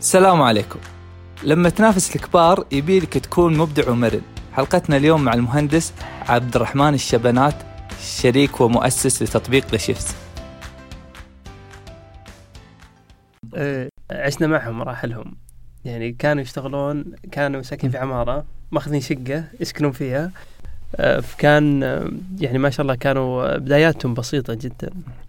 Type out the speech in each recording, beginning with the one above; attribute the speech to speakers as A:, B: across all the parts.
A: السلام عليكم. لما تنافس الكبار يبيلك تكون مبدع ومرن. حلقتنا اليوم مع المهندس عبد الرحمن الشبنات، شريك ومؤسس لتطبيق ذا شيفس.
B: عشنا معهم مراحلهم، يعني كانوا يشتغلون، كانوا ساكنين في عمارة ماخذين شقة يسكنون فيها. فكان يعني ما شاء الله كانوا بداياتهم بسيطة جدا.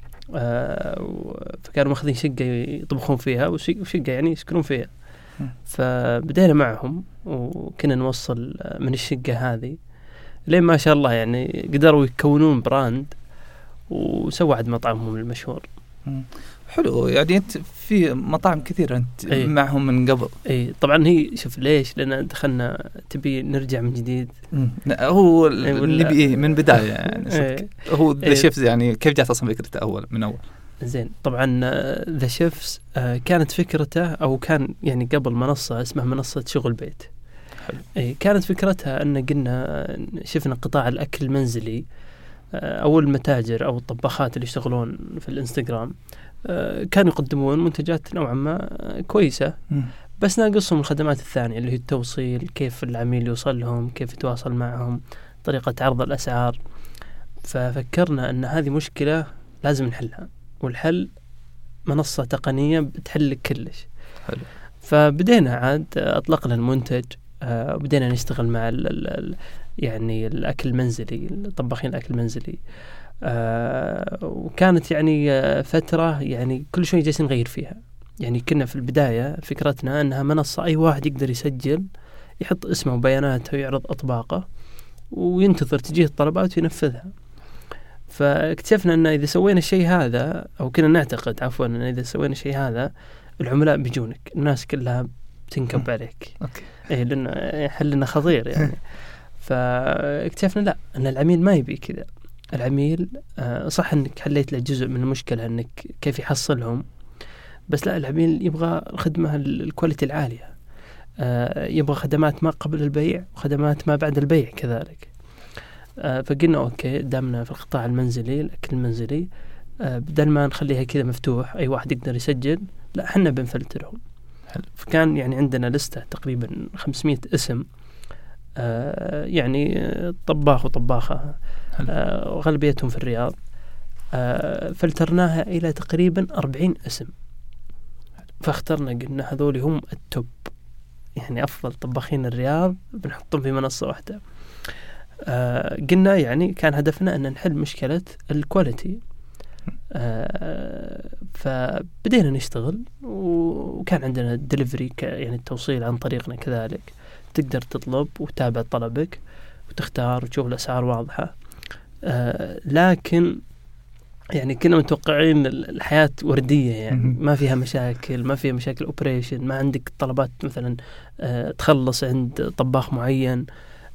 B: فكانوا ماخذين شقة يطبخون فيها وشقة يعني يسكنون فيها. فبدينا معهم وكنا نوصل من الشقة هذه لين ما شاء الله يعني قدروا يكونون براند وسووا عد مطعمهم المشهور.
A: حلو. يعني انت في مطاعم كثيرة انت معهم من قبل.
B: طبعا هي شوف ليش، لان دخلنا تبي نرجع من جديد.
A: هو اللي بيه من بداية يعني هو ذا شيفز. يعني كيف جات اصلا فكرته من اول؟
B: زين، طبعا ذا شيفز كانت فكرته او كان يعني قبل منصة اسمها منصة شغل بيت. كانت فكرتها ان قلنا شفنا قطاع الاكل المنزلي او المتاجر او الطباخات اللي يشتغلون في الانستغرام كانوا يقدمون منتجات نوعا ما كويسة، بس ناقصهم الخدمات الثانية اللي هي التوصيل، كيف العميل يوصل لهم، كيف يتواصل معهم، طريقة عرض الأسعار. ففكرنا أن هذه مشكلة لازم نحلها، والحل منصة تقنية بتحل كلش.
A: حلو.
B: فبدينا عاد أطلقنا المنتج، وبدينا نشتغل مع يعني الأكل المنزلي، طباخين الأكل المنزلي. وكانت يعني فترة يعني كل شوي جالسين نغير فيها. يعني كنا في البداية فكرتنا أنها منصة أي واحد يقدر يسجل، يحط اسمه وبياناته ويعرض أطباقه وينتظر تجيه الطلبات وينفذها. فاكتشفنا أن إذا سوينا الشيء هذا، أو كنا نعتقد عفوا أن إذا سوينا الشيء هذا العملاء بيجونك، الناس كلها بتنكب عليك. لأن حلنا خطير يعني. فاكتشفنا لا، أن العميل ما يبي كذا. العميل صح أنك حليت له جزء من المشكلة أنك كيف يحصلهم، بس لا، العميل يبغى الخدمة الكواليتي العالية، يبغى خدمات ما قبل البيع وخدمات ما بعد البيع كذلك. فقلنا أوكي، دامنا في القطاع المنزلي الأكل المنزلي، بدل ما نخليها كذا مفتوح أي واحد يقدر يسجل، لا حنا بنفلترهم. فكان يعني عندنا لستة تقريبا 500 اسم، يعني طباخ وطباخة، وغالبيتهم في الرياض. فلترناها إلى تقريبا 40 اسم. فاخترنا قلنا هذول هم التوب، يعني أفضل طباخين الرياض بنحطهم في منصة واحدة. قلنا يعني كان هدفنا أن نحل مشكلة الكواليتي. فبدينا نشتغل، وكان عندنا الدليفري يعني التوصيل عن طريقنا كذلك، تقدر تطلب وتتابع طلبك وتختار وتشوف الأسعار واضحة. لكن يعني كنا متوقعين الحياة وردية، يعني ما فيها مشاكل، ما فيها مشاكل أوبريشن، ما عندك طلبات مثلا تخلص عند طباخ معين.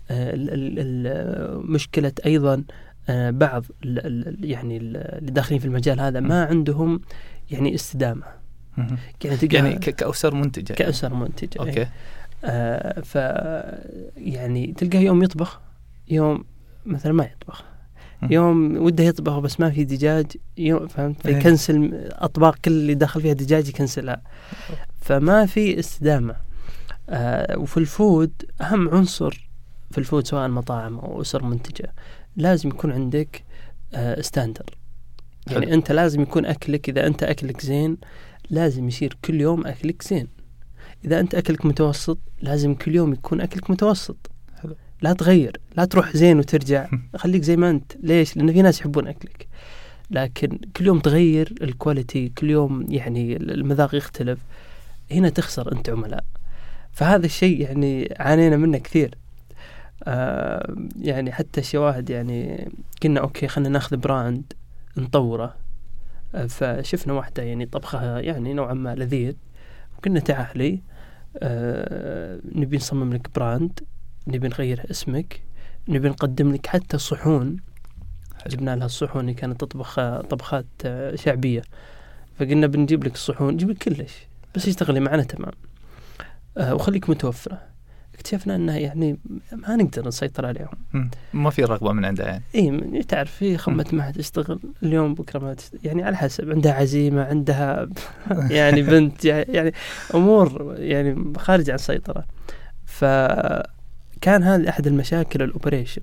B: مشكلة أيضا بعض يعني اللي داخلين في المجال هذا ما عندهم يعني استدامة،
A: يعني كأسر منتجة.
B: أوكي. ف يعني تلقاه يوم يطبخ، يوم مثلا ما يطبخ، يوم وده يطبخ بس ما في دجاج، يوم فهمت فيكنسل أطباق كل اللي داخل فيها دجاج يكنسلها. فما في استدامة. وفي الفود أهم عنصر في الفود سواء مطاعم أو أسر منتجة لازم يكون عندك ستاندر. يعني أنت لازم يكون أكلك، إذا أنت أكلك زين لازم يصير كل يوم أكلك زين. إذا أنت أكلك متوسط لازم كل يوم يكون أكلك متوسط. لا تغير، لا تروح زين وترجع، خليك زي ما أنت. ليش؟ لأن في ناس يحبون أكلك، لكن كل يوم تغير الكواليتي، كل يوم يعني المذاق يختلف، هنا تخسر أنت عملاء. فهذا الشيء يعني عانينا منه كثير. يعني حتى الشواهد يعني كنا أوكي خلنا ناخذ براند نطوره. فشفنا واحدة يعني طبخها يعني نوعا ما لذيذ، وكنا تعالي نبي نصمم لك براند، نبي نغير اسمك، نبي نقدم لك حتى صحون. جبنا لها الصحون اللي كانت تطبخ طبخات شعبية، فقلنا بنجيب لك الصحون، نجيب لك كلش بس يشتغلي معنا تمام، وخليك متوفرة. اكتشفنا أنها يعني ما نقدر نسيطر عليهم.
A: ما في رغبة من عندها يعني.
B: إيه تعرف في خمة ما تشتغل اليوم بكرة ما يعني على حسب، عندها عزيمة، عندها يعني بنت، يعني أمور يعني خارج عن السيطرة. فكان هذا أحد المشاكل الأوبريشن.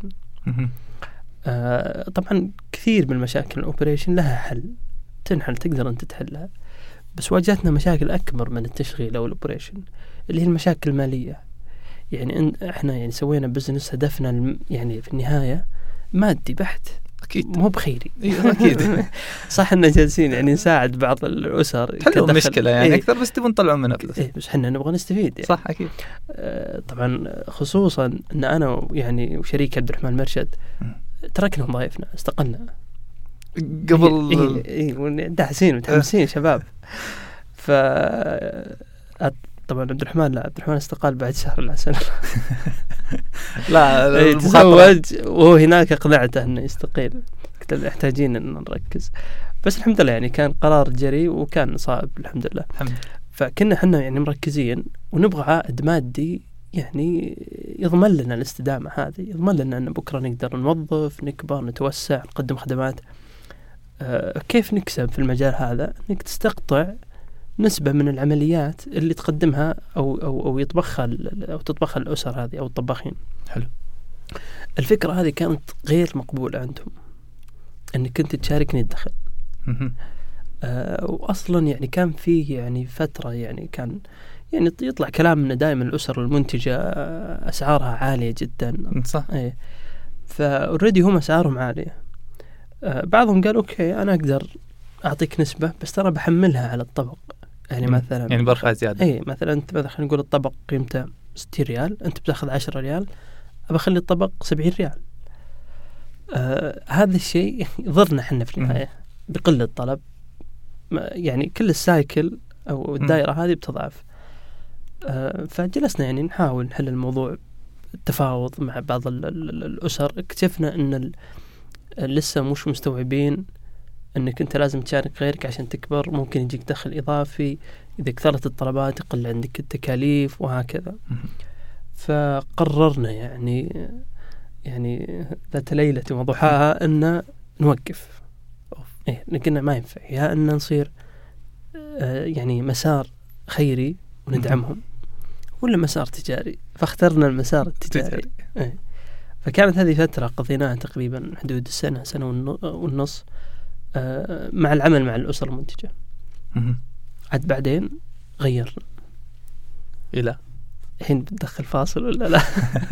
B: طبعا كثير من المشاكل الأوبريشن لها حل، تنحل، تقدر أنت تحلها، بس واجهتنا مشاكل أكبر من التشغيل أو الأوبريشن اللي هي المشاكل المالية. يعني إحنا يعني سوينا بزنس هدفنا يعني في النهاية مادي بحت،
A: أكيد
B: مو بخيري.
A: أكيد.
B: صح إننا جالسين يعني نساعد بعض الأسر
A: حلو مشكلة يعني أكثر، بس تبون تطلعون منها فلوس.
B: بس إحنا نبغى نستفيد يعني.
A: صح أكيد.
B: طبعا خصوصا إن أنا يعني وشريك عبد الرحمن المرشد تركنا وظائفنا، استقلنا قبل داحسين متحمسين شباب. طبعا عبد الرحمن استقال بعد شهر العسل.
A: لا
B: تزوج وهو هناك اقنعته انه يستقيل، قلت له يحتاجين ان نركز، بس الحمد لله يعني كان قرار جريء وكان صائب الحمد لله. فكنا احنا يعني مركزين ونبغى عائد مادي يعني يضمن لنا الاستدامة هذه، يضمن لنا أن بكرة نقدر نوظف، نكبر، نتوسع، نقدم خدمات. كيف نكسب في المجال هذا؟ إنك تستقطع نسبة من العمليات اللي تقدمها أو تطبخها الأسر هذه أو الطباخين.
A: حلو.
B: الفكرة هذه كانت غير مقبولة عندهم، أنك كنت تشاركني الدخل. وأصلا يعني كان فيه يعني فترة يعني كان يعني يطلع كلام من دائما الأسر المنتجة أسعارها عالية جدا.
A: صح.
B: إيه. فأوريدي هم أسعارهم عالية. بعضهم قال أوكي أنا أقدر أعطيك نسبة، بس ترى بحملها على الطبق. يعني مثلا
A: يعني برفع زيادة.
B: إيه مثلا أنت مثلا خلينا نقول الطبق قيمته 60 ريال، أنت بتأخذ 10 ريال، أبخلي الطبق 70 ريال. هذا الشيء يضرنا حنا في النهاية بقلة الطلب. يعني كل السايكل أو الدائرة هذه بتضعف. فجلسنا يعني نحاول نحل الموضوع، التفاوض مع بعض الأسر. اكتشفنا أن لسه مش مستوعبين أنك أنت لازم تشارك غيرك عشان تكبر، ممكن يجيك دخل إضافي، إذا كثرت الطلبات يقل عندك التكاليف وهكذا. فقررنا يعني ذات ليلة وضحاها أن نوقف. إيه قلنا ما ينفع، يا أن نصير يعني مسار خيري وندعمهم، ولا مسار تجاري. فاخترنا المسار التجاري. إيه. فكانت هذه فترة قضيناها تقريبا حدود سنة والنص مع العمل مع الأسر المنتجة. عاد بعدين غيرنا
A: إلى
B: الحين بتدخل فاصل ولا لا؟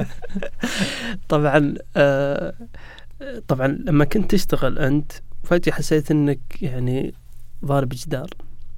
B: طبعا لما كنت تشتغل أنت فجأة حسيت أنك يعني ضارب جدار،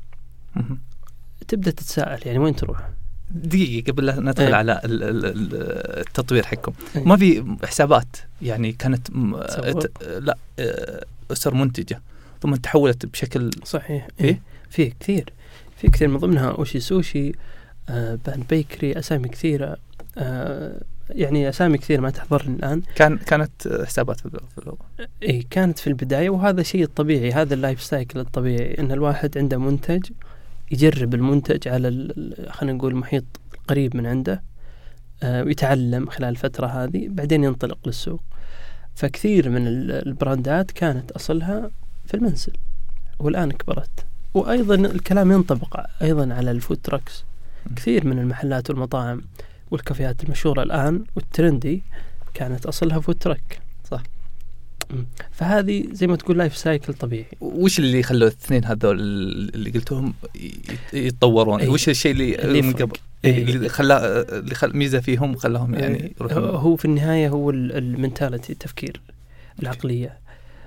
B: تبدأ تتساءل يعني وين تروح.
A: دقيقة قبل لا ندخل على التطوير حقكم، ما في حسابات يعني كانت لا أسر منتجة ثم تحولت بشكل
B: صحيح. إيه في كثير من ضمنها أوشي سوشي، بان بيكري، أسامي كثيرة، يعني أسامي كثير ما تحضرني الآن.
A: كانت حسابات في الأول.
B: إيه كانت في البداية، وهذا شيء طبيعي، هذا اللايف سايكل الطبيعي، إن الواحد عنده منتج يجرب المنتج على خلينا نقول المحيط القريب من عنده، ويتعلم خلال الفترة هذه، بعدين ينطلق للسوق. فكثير من البراندات كانت أصلها في المنزل والآن كبرت. وأيضا الكلام ينطبق أيضا على الفود تراكس. كثير من المحلات والمطاعم والكافيهات المشهورة الآن والترندي كانت أصلها فود تراك.
A: صح.
B: فهذه زي ما تقول لايف سايكل طبيعي.
A: وش اللي خلوا الاثنين هذول اللي قلتهم يتطورون؟ وش الشيء اللي من قبل اللي خلى ميزة فيهم وخلاهم يعني
B: هو في النهاية هو المنتاليتي، التفكير، العقلية.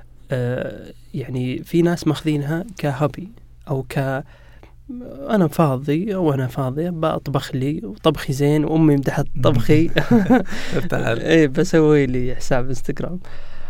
B: يعني في ناس ماخذينها كهوبي أو أنا فاضي أو أنا فاضية بأطبخ لي وطبخي زين وأمي مدحت طبخي إيه بسوي لي حساب إنستغرام.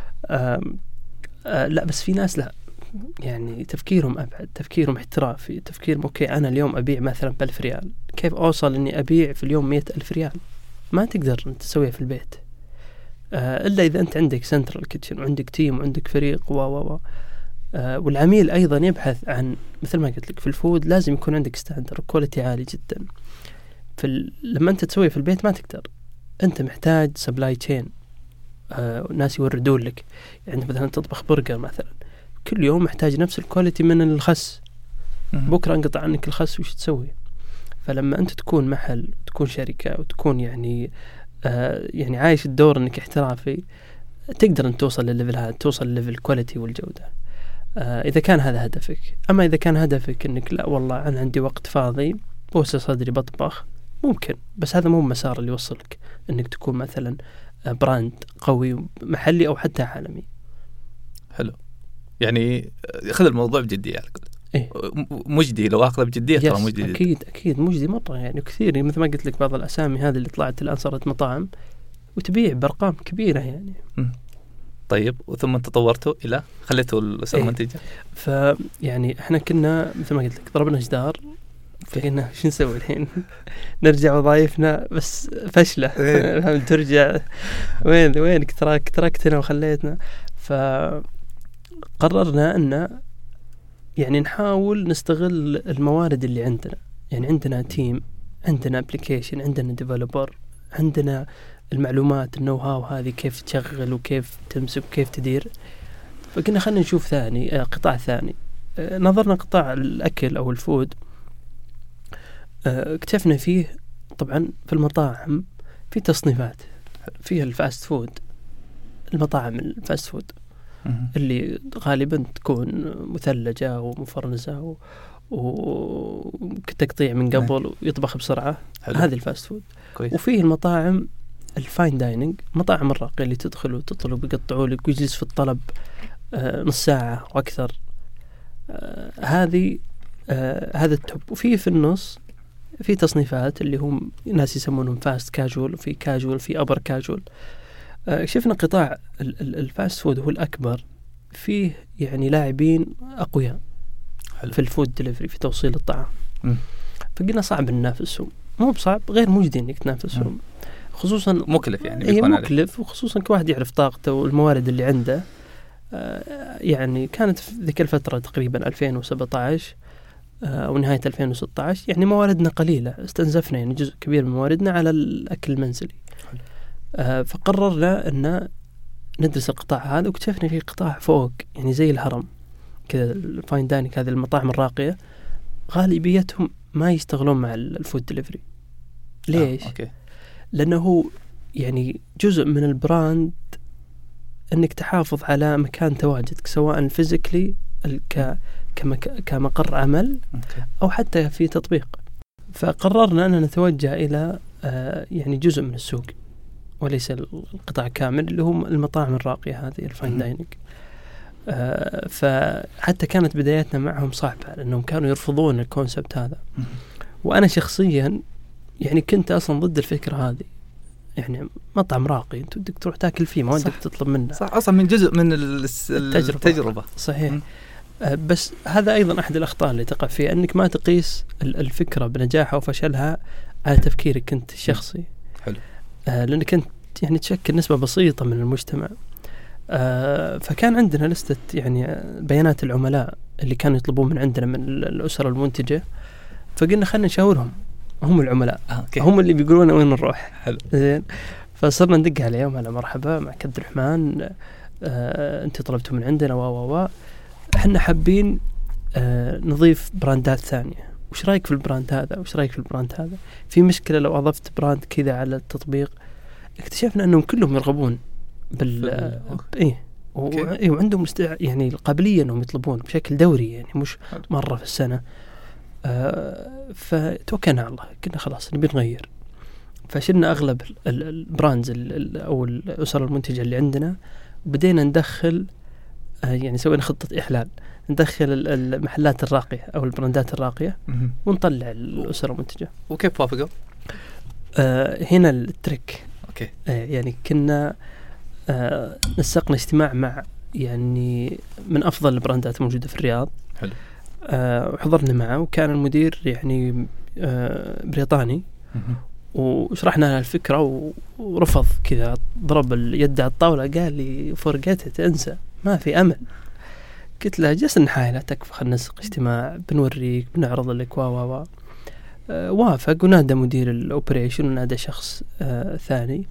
B: لا بس في ناس لا، يعني تفكيرهم أبعد، تفكيرهم احترافي، تفكيرهم أوكي أنا اليوم أبيع مثلا ب1000 ريال، كيف أوصل إني أبيع في اليوم 100,000 ريال؟ ما تقدر تسويها في البيت إلا إذا أنت عندك سنترال كيتشن وعندك تيم وعندك فريق والعميل أيضا يبحث عن، مثل ما قلت لك في الفود لازم يكون عندك ستاندر كواليتي عالي جدا. لما أنت تسوي في البيت ما تقدر، أنت محتاج سبلاي تشين، ناس يوردون لك. يعني مثلا تطبخ برجر مثلا، كل يوم محتاج نفس الكواليتي من الخس، بكرة انقطع عنك الخس وش تسوي؟ فلما أنت تكون محل، تكون شركة، وتكون يعني يعني عايش الدور أنك احترافي، تقدر أن توصل للليفل هذا، توصل للليفل الكواليتي والجودة، إذا كان هذا هدفك. أما إذا كان هدفك أنك لا والله أنا عندي وقت فاضي بوسع صدري بطبخ، ممكن، بس هذا مو المسار اللي يوصلك أنك تكون مثلا براند قوي محلي أو حتى عالمي.
A: حلو، يعني خذ الموضوع بجدية على كل.
B: إيه؟
A: مجدي، لو أخذه بجدية ترى مجدي.
B: أكيد مجدي مرة، يعني كثير مثل ما قلت لك بعض الأسامي هذه اللي طلعت الآن صارت مطاعم وتبيع بأرقام كبيرة يعني.
A: طيب، وثم تطورتوا إلى خليتوا الأسرة المنتجة.
B: فيعني إحنا كنا مثل ما قلت لك ضربنا جدار، فقلنا شو نسوي الحين؟ نرجع وظائفنا بس فشلة. ترجع وينك؟ تركتنا وخليتنا. فقررنا أن يعني نحاول نستغل الموارد اللي عندنا. يعني عندنا تيم، عندنا ابليكيشن، عندنا ديفلوبر، عندنا المعلومات، النو هاو هذه كيف تشغل وكيف تمسك وكيف تدير. فقلنا خلينا نشوف قطاع ثاني. نظرنا قطاع الأكل أو الفود، اكتشفنا فيه طبعا في المطاعم في تصنيفات، فيها الفاست فود، المطاعم الفاست فود اللي غالبا تكون مثلجة ومفرنزة وتقطيع من قبل ويطبخ بسرعة، هذه الفاست فود. وفيه المطاعم الفاين دايننج، مطاعم الراقية اللي تدخل وتطلب ويقطعوا لك ويجلس في الطلب نص ساعة وأكثر. هذا التوب. وفيه في النص في تصنيفات اللي هم ناس يسمونهم فاست كاجوال، وفي كاجوال، في أبر كاجوال. شفنا قطاع الفاست فود هو الأكبر، فيه يعني لاعبين أقوياء في الفود ديليفري، في توصيل الطعام. فقلنا صعب ننافسهم، مو بصعب، غير مجدي إنك تنافسهم، خصوصا
A: مكلف يعني.
B: هي مكلف، وخصوصا كواحد يعرف طاقته والموارد اللي عنده. يعني كانت في ذيك الفترة تقريبا 2017 أو نهاية 2016، يعني مواردنا قليلة، استنزفنا يعني جزء كبير من مواردنا على الأكل المنزلي. فقررنا أن ندرس القطاع هذا، واكتشفنا فيه قطاع فوق يعني زي الهرم كذا، الفاين دايننج، هذه المطاعم الراقية غالبيتهم ما يشتغلون مع الفود ديليفري. ليش؟ لأنه يعني جزء من البراند أنك تحافظ على مكان تواجدك، سواء فيزيكلي كمقر عمل أو حتى في تطبيق. فقررنا أن نتوجه إلى يعني جزء من السوق وليس القطاع كامل، اللي هم المطاعم الراقية هذه الفاين دايننج. فحتى كانت بداياتنا معهم صعبة، لأنهم كانوا يرفضون الكونسبت هذا. وأنا شخصيا يعني كنت أصلا ضد الفكرة هذه. يعني مطعم راقي أنت بدك تروح تاكل فيه، ما ودك تطلب منه.
A: صح، أصلا من جزء من التجربة.
B: صحيح. بس هذا أيضا أحد الأخطاء اللي تقع فيها، أنك ما تقيس الفكرة بنجاحها وفشلها على تفكيرك أنت الشخصي.
A: حلو.
B: لأنك أنت يعني تشكل نسبة بسيطة من المجتمع. فكان عندنا لستة يعني بيانات العملاء اللي كانوا يطلبون من عندنا من الأسرة المنتجة. فقلنا خلنا نشاورهم، هم العملاء، هم اللي بيقولون وين نروح.
A: حلو.
B: زين. فصرنا ندق عليهم، هلا مرحبا معك عبد الرحمن، أنت طلبتوا من عندنا احنا حابين نضيف براندات ثانية، وش رايك في البراند هذا، وش رايك في البراند هذا؟ في مشكلة لو أضفت براند كذا على التطبيق؟ اكتشفنا أنهم كلهم يرغبون وعندهم يعني القابلية أنهم يطلبون بشكل دوري، يعني مش مرة في السنة. فتوكلنا على الله، قلنا خلاص نبي نغير. فشلنا أغلب البراندز أو الأسر المنتجة اللي عندنا، وبدينا ندخل يعني سوينا خطة إحلال، ندخل المحلات الراقية أو البراندات الراقية ونطلع الأسر المنتجة.
A: وكيف وافقوا؟
B: هنا التريك. يعني كنا نسقنا اجتماع مع يعني من أفضل البراندات الموجودة في الرياض.
A: حلو.
B: وحضرنا معه، وكان المدير يعني بريطاني، وشرحنا له الفكرة ورفض كذا، ضرب اليد على الطاولة، قال لي فرقتت، انسى، ما في أمل. قلت له جلسنا نحاول، لا تكفى، خلنا نسق اجتماع، بنوريك، بنعرض لك وافق ونادى مدير الأوبريشن ونادى شخص ثاني،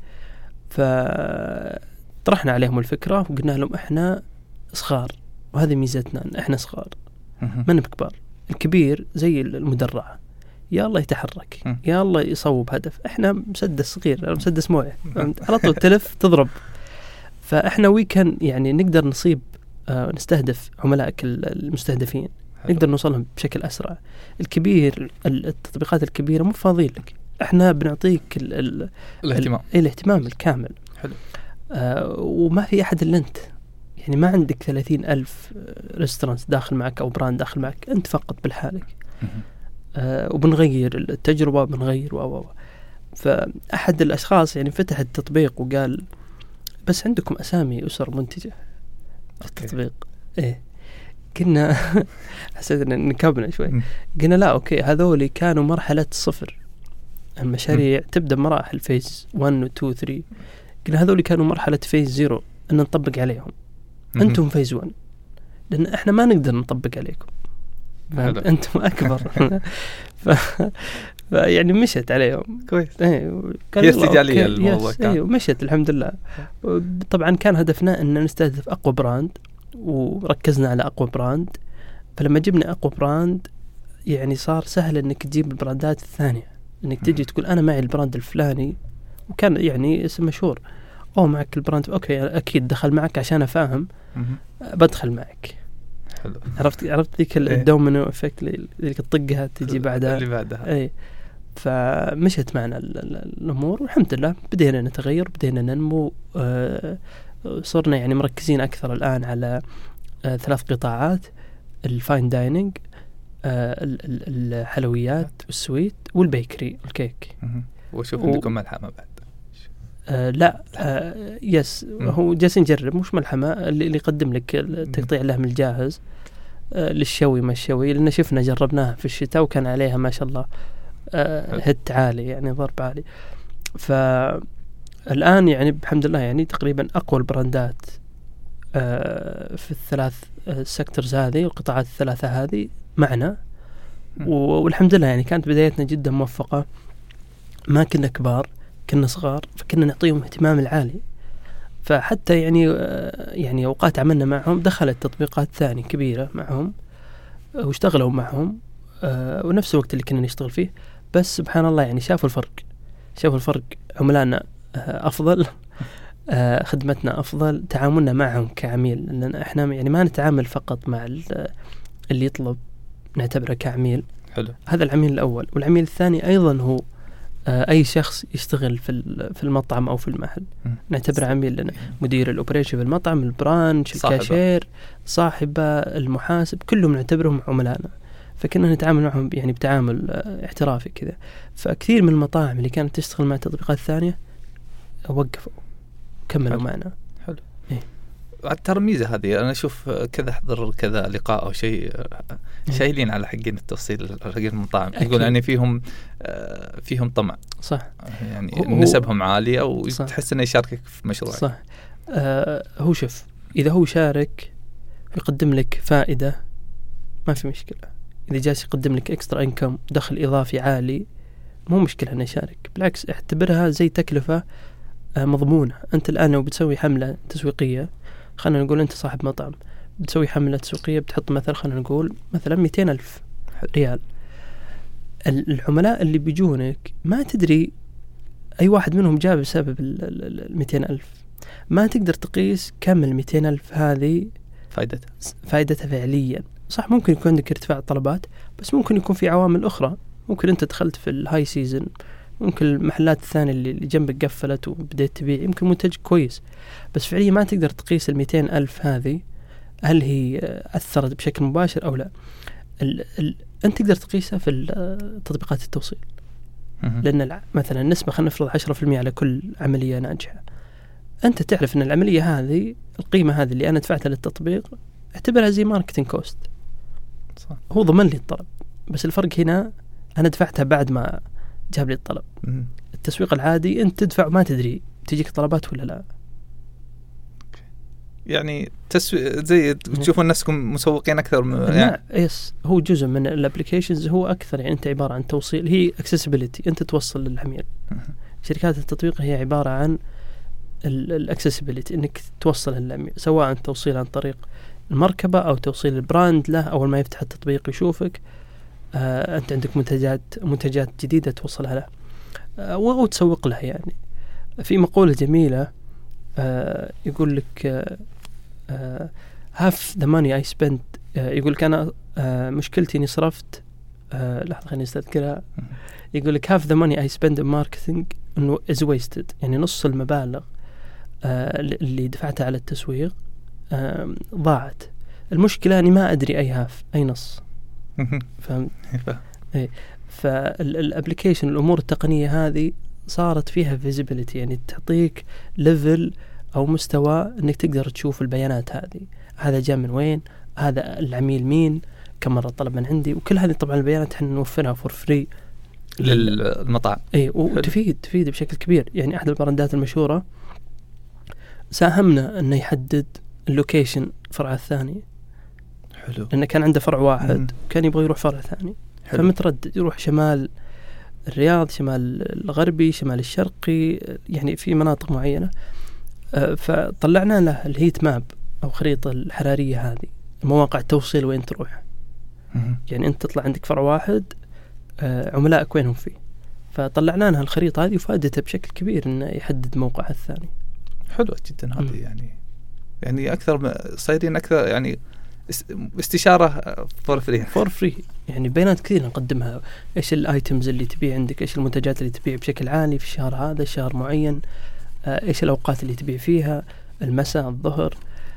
B: فطرحنا عليهم الفكرة وقلنا لهم إحنا صغار وهذه ميزتنا، إحنا صغار ما نبي كبار. الكبير زي المدرعة، يا الله يتحرك يا الله يصوب هدف، إحنا مسدس صغير مسدس موية على طول تلف تضرب. فإحنا ويكن يعني نقدر نصيب نستهدف عملائك المستهدفين، نقدر نوصلهم بشكل أسرع. الكبير التطبيقات الكبيرة مو فاضيين لك، إحنا بنعطيك الاهتمام الكامل.
A: حلو.
B: وما في أحد إلا أنت، يعني ما عندك 30,000 ريستورانت داخل معك أو براند داخل معك، أنت فقط بالحالك. وبنغير التجربة بنغير فأحد الأشخاص يعني فتح التطبيق وقال بس عندكم أسامي أسر منتجة في التطبيق. إيه كنا حسيت أن نكبنا شوي. قلنا لا أوكي، هذول كانوا مرحلة 0، المشاريع تبدأ مراحل فيز 1 و 2 و 3. قلنا هذول كانوا مرحلة فيز 0 أن نطبق عليهم، أنتم فيز 1 لأن إحنا ما نقدر نطبق عليكم، أنتم أكبر. يعني مشت عليهم
A: كويس.
B: هي
A: استجالية الموضوع كان.
B: مشت الحمد لله. طبعا كان هدفنا أن نستهدف أقوى براند وركزنا على أقوى براند. فلما جبنا أقوى براند يعني صار سهل أنك تجيب البراندات الثانية، أنك تجي تقول أنا معي البراند الفلاني وكان يعني اسم مشهور، معك البراند أوكي أكيد دخل معك عشان أفهم بدخل معك.
A: حلو.
B: عرفت ذيك الدومينو إفكت اللي تطقها تجي بعدها
A: اللي بعدها.
B: أي فمشت معنا الأمور والحمد لله، بدينا نتغير بدينا ننمو. صرنا يعني مركزين أكثر الآن على 3 قطاعات: الفاين دايننج، الحلويات والسويت والبيكري والكيك.
A: وشوف عندكم ملحمة بعد؟
B: لا يس هو جالسين نجرب مش ملحمة، اللي يقدم لك تقطيع اللحم الجاهز للشوي ما الشوي، لأن شفنا جربناها في الشتاء وكان عليها ما شاء الله هت عالي يعني ضرب عالي. فالآن يعني بحمد الله يعني تقريبا أقوى البراندات في الثلاث سيكتورز هذه والقطاعات الثلاثة هذه معنا. والحمد لله يعني كانت بدايتنا جدا موفقة، ما كنا كبار كنا صغار، فكنا نعطيهم اهتمام العالي. فحتى يعني أوقات عملنا معهم دخلت تطبيقات ثانية كبيرة معهم واشتغلوا معهم ونفس الوقت اللي كنا نشتغل فيه، بس سبحان الله يعني شافوا الفرق، عملائنا أفضل، خدمتنا أفضل، تعاملنا معهم كعميل، لأن إحنا يعني ما نتعامل فقط مع اللي يطلب، نعتبره كعميل.
A: حلو.
B: هذا العميل الأول. والعميل الثاني أيضا هو أي شخص يشتغل في المطعم أو في المحل نعتبره عميل لنا. مدير الأوبريشن في المطعم، البرانش، الكاشير، صاحبه، المحاسب، كلهم نعتبرهم عملائنا. فكنا نتعامل معهم يعني بتعامل احترافي كذا. فكثير من المطاعم اللي كانت تشتغل مع تطبيقات ثانية وقفوا كملوا معنا.
A: حلو. ترى ميزة هذه، أنا أشوف كذا أحضر كذا لقاء أو شيء شايلين على حقين التوصيل حقين المطاعم، يقول يعني فيهم طمع.
B: صح.
A: يعني نسبهم عالية وتحس إنه يشاركك في مشروعك.
B: صح. هو شوف، إذا هو شارك يقدم لك فائدة ما في مشكلة. إذا جالس يقدم لك إكسترا إنكم، دخل إضافي عالي، مو مشكلة أنه يشارك، بالعكس اعتبرها زي تكلفة مضمونة. أنت الآن لو بتسوي حملة تسويقية، خلينا نقول أنت صاحب مطعم بتسوي حملة تسويقية، بتحط مثلا خلينا نقول مثلا 200,000 ريال. العملاء اللي بيجونك ما تدري أي واحد منهم جاء بسبب 200,000، ما تقدر تقيس كم 200,000 هذه فائدتها فعليا. صح ممكن يكون عندك ارتفاع طلبات، بس ممكن يكون في عوامل أخرى. ممكن أنت دخلت في الهاي سيزن، ممكن المحلات الثانية اللي جنبك قفلت وبدأت تبيع، يمكن منتج كويس، بس فعليا ما تقدر تقيس 200,000 هذه هل هي أثرت بشكل مباشر أو لا. أنت تقدر تقيسها في تطبيقات التوصيل، لأن مثلا النسبة خلينا نفرض 10% على كل عملية ناجحة. أنت تعرف أن العملية هذه القيمة هذه اللي أنا دفعتها للتطبيق اعتبرها زي ماركتينج كوست.
A: صح. هو
B: ضمن لي الطلب، بس الفرق هنا أنا دفعتها بعد ما جاب لي الطلب. التسويق العادي أنت تدفع ما تدري تجيك طلبات ولا لا.
A: يعني زي تشوفون نفسكم مسوقين أكثر
B: يعني يس هو جزء من الابليكيشنز، هو أكثر يعني أنت عبارة عن توصيل، هي accessibility، أنت توصل للعميل. شركات التطبيق هي عبارة عن الاكسسبيليتي، انك توصل للعميل، سواء توصيل عن طريق المركبة او توصيل البراند له. اول ما يفتح التطبيق يشوفك انت عندك منتجات جديدة توصلها له او تسوق له. يعني في مقولة جميلة يقول لك half the money I spent، يقول لك انا مشكلتي اني صرفت لحظة خليني استذكرها، يقول لك half the money I spend in marketing is wasted، يعني نص المبالغ اللي دفعتها على التسويق ضاعت. المشكلة أني ما أدري أي نص. فهمت؟ فالابليكيشن الأمور التقنية هذه صارت فيها visibility، يعني تعطيك ليفل أو مستوى أنك تقدر تشوف البيانات هذه، هذا جاء من وين، هذا العميل مين، كم مرة طلب من عندي، وكل هذه طبعا البيانات احنا نوفرها فور فري
A: للمطاعم.
B: وتفيد بشكل كبير. يعني أحد البراندات المشهورة ساهمنا أنه يحدد اللوكيشن فرع الثاني.
A: حلو.
B: لأنه كان عنده فرع واحد كان يبغى يروح فرع ثاني، فمتردد يروح شمال الرياض، شمال الغربي، شمال الشرقي، يعني في مناطق معينة. فطلعنا له الهيت ماب أو خريطة الحرارية هذه، مواقع التوصيل وين تروح. يعني أنت تطلع عندك فرع واحد، عملائك وينهم فيه، فطلعنا لها الخريطة هذه وفادته بشكل كبير إنه يحدد موقعها الثاني.
A: حلوة جدا هذه. يعني أكثر صايرين أكثر يعني استشارة فور فري.
B: يعني بيانات كثير نقدمها، إيش الآيتمز اللي تبيع عندك، إيش المنتجات اللي تبيع بشكل عالي في الشهر هذا، شهر معين، إيش الأوقات اللي تبيع فيها، المساء، الظهر،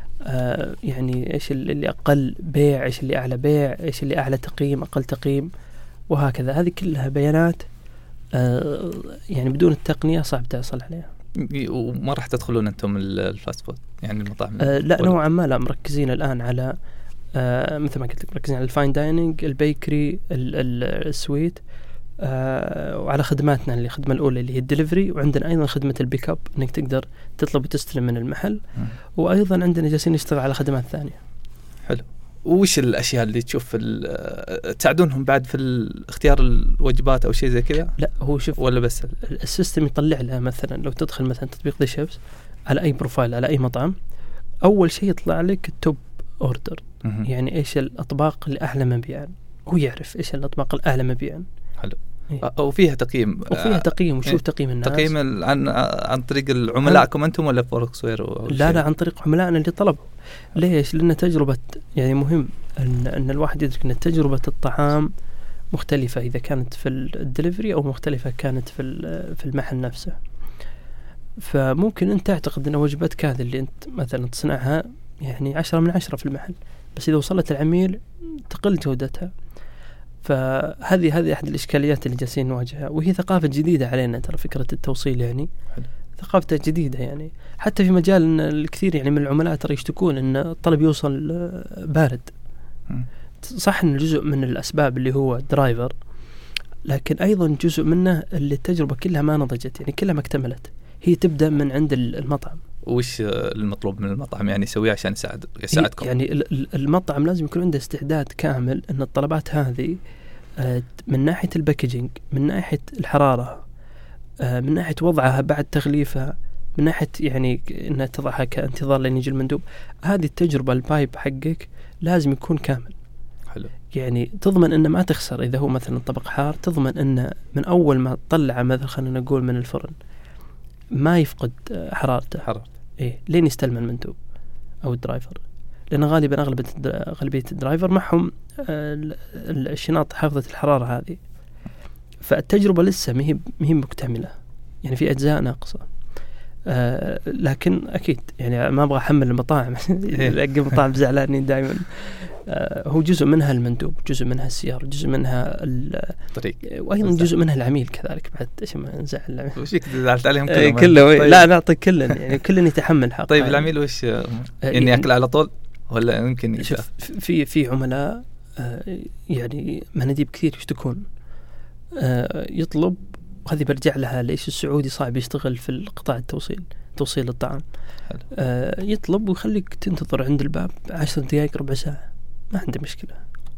B: يعني إيش اللي أقل بيع، إيش اللي أعلى بيع، إيش اللي أعلى تقييم، أقل تقييم، وهكذا. هذه كلها بيانات يعني بدون التقنية صعب تصل عليها.
A: وما راح تدخلون أنتم الفاست فود يعني المطاعم؟
B: لا نوعا ما، لا، مركزين الآن على مثل ما قلت لك، مركزين على الفاين دايننج، البيكري، السويت، وعلى خدماتنا اللي الخدمة الأولى اللي هي الدليفري، وعندنا أيضا خدمة البيك اب إنك تقدر تطلب وتستلم من المحل، وأيضا عندنا جالسين نشتغل على خدمات ثانية.
A: حلو. وش الأشياء اللي تشوف تساعدونهم بعد في اختيار الوجبات أو شيء زي كذا؟
B: لا هو شوف،
A: ولا بس
B: السيستم يطلع لها مثلا لو تدخل مثلا تطبيق ذا شيفز على أي بروفايل على أي مطعم، أول شيء يطلع لك التوب أوردر، يعني إيش الأطباق اللي أعلى مبيعا، هو يعرف إيش الأطباق الأعلى مبيعا.
A: حلو. وفيها تقييم
B: وشوف تقييم الناس.
A: تقييم عن طريق العملائكم أنتم ولا فوركس وير؟
B: لا عن طريق عملائنا اللي طلبوا. ليش؟ لأن تجربة، يعني مهم أن الواحد يدرك أن تجربة الطعام مختلفة إذا كانت في الدليفري أو مختلفة كانت في المحل نفسه. فممكن أنت تعتقد أن وجبتك هذه اللي أنت مثلا تصنعها يعني 10 من 10 في المحل، بس إذا وصلت العميل تقل جودتها. فهذه أحد الإشكاليات اللي جالسين نواجهها، وهي ثقافة جديدة علينا ترى، فكرة التوصيل يعني ثقافة جديدة. يعني حتى في مجال إن الكثير يعني من العملاء ترى يشتكون إن الطلب يوصل بارد. صح إن جزء من الأسباب اللي هو درايفر، لكن أيضا جزء منه اللي التجربة كلها ما نضجت، يعني كلها ما اكتملت، هي تبدأ من عند المطعم.
A: وش المطلوب من المطعم يعني يسويه عشان يساعدكم؟
B: يعني المطعم لازم يكون عنده استعداد كامل أن الطلبات هذه من ناحية الباكجينج، من ناحية الحرارة، من ناحية وضعها بعد تغليفها، من ناحية يعني أنها تضعها كانتظار لين يجي المندوب. هذه التجربة البايب حقك لازم يكون كامل.
A: حلو.
B: يعني تضمن أنه ما تخسر. إذا هو مثلا طبق حار، تضمن أنه من أول ما تطلع مثلا خلينا نقول من الفرن ما يفقد حرارته. إيه لين يستلم المندوب أو الدرايفر، لأن غالبا أغلبية الدرايفر معهم الشنط حافظة الحرارة هذه. فالتجربة لسه مهي مكتملة، يعني في أجزاء ناقصة. لكن أكيد يعني ما أبغى أحمل المطاعم لأن المطاعم زعلاني دائما. هو جزء منها المندوب، جزء منها السيارة، جزء منها الطريق، وأيضا جزء منها العميل كذلك بعد. إيش ما نزعل العميل؟
A: وش زعلت عليهم كلهم؟
B: طيب. لا نعطي كلن، يعني كلن يتحمل حقه.
A: طيب العميل وش يعني أكل على طول ولا يمكن يشوف؟
B: في عملاء يعني مناديب كثير يشتكون، يطلب، وهذه برجع لها ليش السعودي صعب يشتغل في القطاع التوصيل. توصيل الطعام. يطلب ويخليك تنتظر عند الباب 10 دقائق ربع ساعة، ما عنده مشكلة.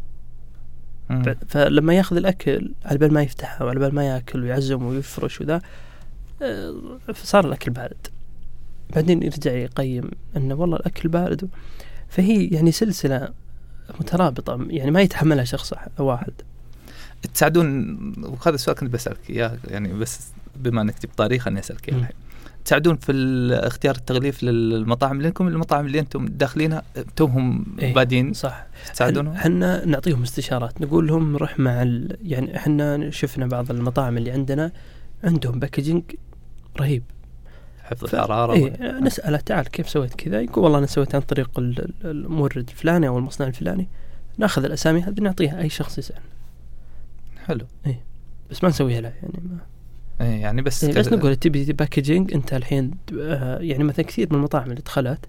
B: فلما ياخذ الأكل على بال ما يفتحه وعلى بال ما يأكل ويعزم ويفرش وذا، صار الأكل بارد. بعدين يرجع يقيم أنه والله الأكل بارد. فهي يعني سلسلة مترابطة، يعني ما يتحملها شخص واحد.
A: تساعدون، وهذا السؤال كنت بسألك إياه يعني، بس بما أنك جبت طاري خلني أسألك إياه الحين. تساعدون في اختيار التغليف للمطاعم لأنكم المطاعم اللي أنتم داخلينها توهم بادين،
B: صح؟
A: تساعدونهم؟
B: احنا نعطيهم استشارات، نقول لهم روح مع يعني احنا شفنا بعض المطاعم اللي عندهم باكجينج رهيب،
A: حفظ الحرارة.
B: نسأله تعال كيف سويت كذا، يقول والله أنا سويت عن طريق المورد الفلاني أو المصنع الفلاني. ناخذ الأسامي هذه نعطيها أي شخص يسأل.
A: حلو.
B: بس ما نسويها له يعني ما.
A: يعني بس
B: نقول تبي باكجينج أنت الحين. يعني مثلا كثير من المطاعم اللي دخلت،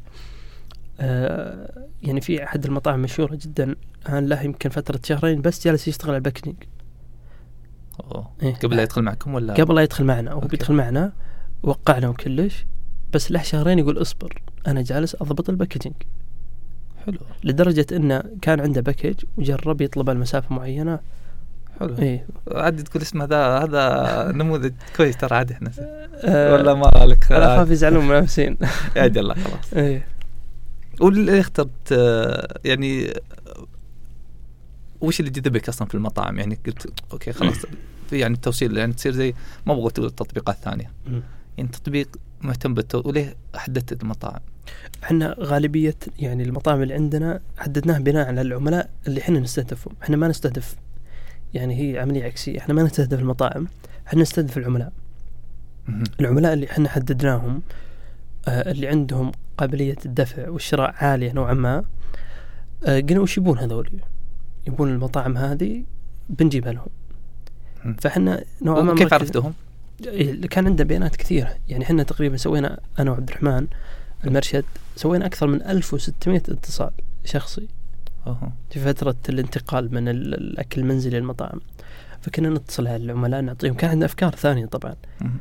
B: يعني في أحد المطاعم مشهورة جدا له يمكن فترة شهرين بس جالس يشتغل على الباكجينج.
A: قبل لا يدخل معكم ولا
B: قبل لا يدخل معنا؟ هو بيدخل معنا وقعنا وكلش، بس له شهرين يقول اصبر أنا جالس أضبط الباكجينج.
A: حلو.
B: لدرجة إنه كان عنده باكج وجرب يطلب المسافة معينة.
A: حلو. عاد تقول اسمه هذا نموذج كويس ترى. عاد احنا ولا ما لك؟
B: أنا خاف يزعلون منافسين.
A: يا الله خلاص. واللي اخترت يعني وش اللي جذبك أصلا في المطاعم؟ يعني قلت أوكي خلاص في يعني التوصيل يعني تصير زي ما أبغى تقول التطبيقات الثانية، يعني تطبيق مهتم وليه حددت المطاعم؟ احنا
B: غالبية يعني المطاعم اللي عندنا حددناها بناء على العملاء اللي احنا نستهدفهم. احنا ما نستهدف، يعني هي عملية عكسية، احنا ما نستهدف المطاعم، احنا نستهدف العملاء. العملاء اللي احنا حددناهم اللي عندهم قابلية الدفع والشراء عالية نوعا ما، قلنا وش يبون هذول؟ يبون المطاعم هذه بنجيبها لهم. فاحنا نوعا ما.
A: كيف عرفتهم؟
B: كان عنده بيانات كثيرة، يعني احنا تقريبا سوينا أنا وعبد الرحمن المرشد سوينا أكثر من 1600 اتصال شخصي في فترة الانتقال من الأكل المنزلي للمطاعم. فكنا نتصل على العملاء نعطيهم، كان عندنا أفكار ثانية طبعا.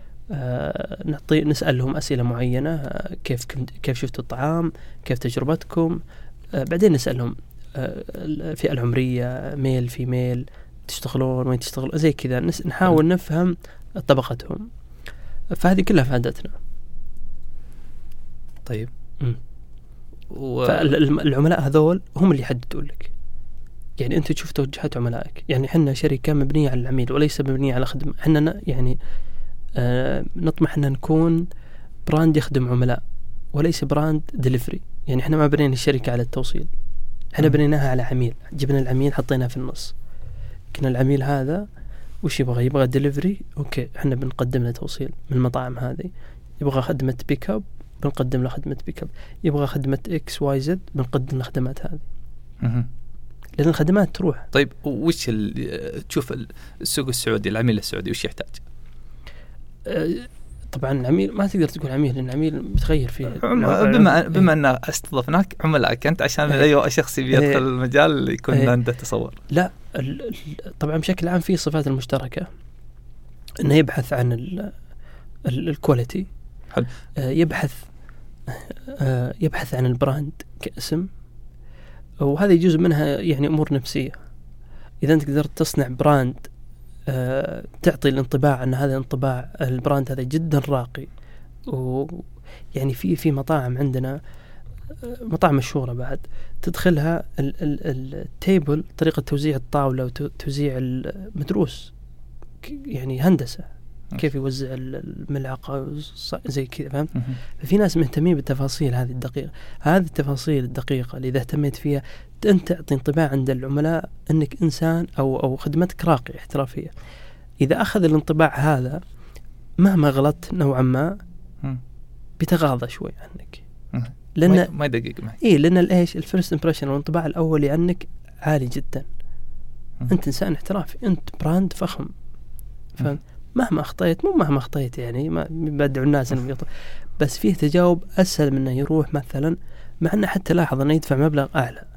B: نسألهم أسئلة معينة، كيف شفتوا الطعام، كيف تجربتكم. بعدين نسألهم الفئة العمرية، ميل فيميل، تشتغلون وين تشتغلون، زي كذا نحاول نفهم طبقتهم. فهذه كلها فادتنا.
A: طيب.
B: فالعملاء هذول هم اللي يحددوا لك، يعني أنت تشوف توجهات عملائك. يعني حنا شركة مبنية على العميل وليس مبنية على خدمة. حنا يعني نطمح أن نكون براند يخدم عملاء وليس براند ديليفري. يعني حنا ما بنينا الشركة على التوصيل، حنا بنيناها على عميل. جبنا العميل حطيناه في النص، كنا العميل هذا وش يبغى ديليفري، أوكي إحنا بنقدم له توصيل من المطاعم هذه. يبغى خدمة بيك اب بنقدم له خدمة بيك اب، يبغى خدمة اكس واي زد بنقدم له خدمات هذه. لأن الخدمات تروح.
A: طيب وش تشوف السوق السعودي، العميل السعودي وش يحتاج؟
B: طبعا العميل ما تقدر تقول عميل، لأن العميل متغير فيه.
A: بما أن استضفناك عملائك أنت عشان أي شخص بيدخل المجال يكون عنده تصور.
B: لا طبعا بشكل عام في صفات المشتركة، إنه يبحث عن الكواليتي، يبحث عن البراند كاسم، وهذا يجوز منها يعني أمور نفسية. إذا أنت قدرت تصنع براند تعطي الانطباع أن هذا انطباع البراند هذا جدا راقي. ويعني في مطاعم عندنا مطاعم مشهورة بعد تدخلها التيبل، طريقة توزيع الطاولة وتوزيع المدروس، يعني هندسة كيف يوزع الملعقة زي كذا، فهمت؟ ففي ناس مهتمين بالتفاصيل هذه الدقيقة. هذه التفاصيل الدقيقة اللي إذا اهتميت فيها أنت تعطي انطباع عند العملاء أنك إنسان أو خدمتك راقية احترافية. إذا أخذ الانطباع هذا مهما غلطت نوعا ما بيتغاضى شوي عنك، لأن
A: ما يدقق معك.
B: لأن الإيش الفيرست إمبريشن والانطباع الأولي عنك عالي جدا. أنت إنسان احترافي، أنت براند فخم، فهمت؟ مهما أخطيت يعني ما بدعوا الناس إنهم يخطئوا، بس فيه تجاوب أسهل من إنه يروح مثلا، مع إنه حتى لاحظ إنه يدفع مبلغ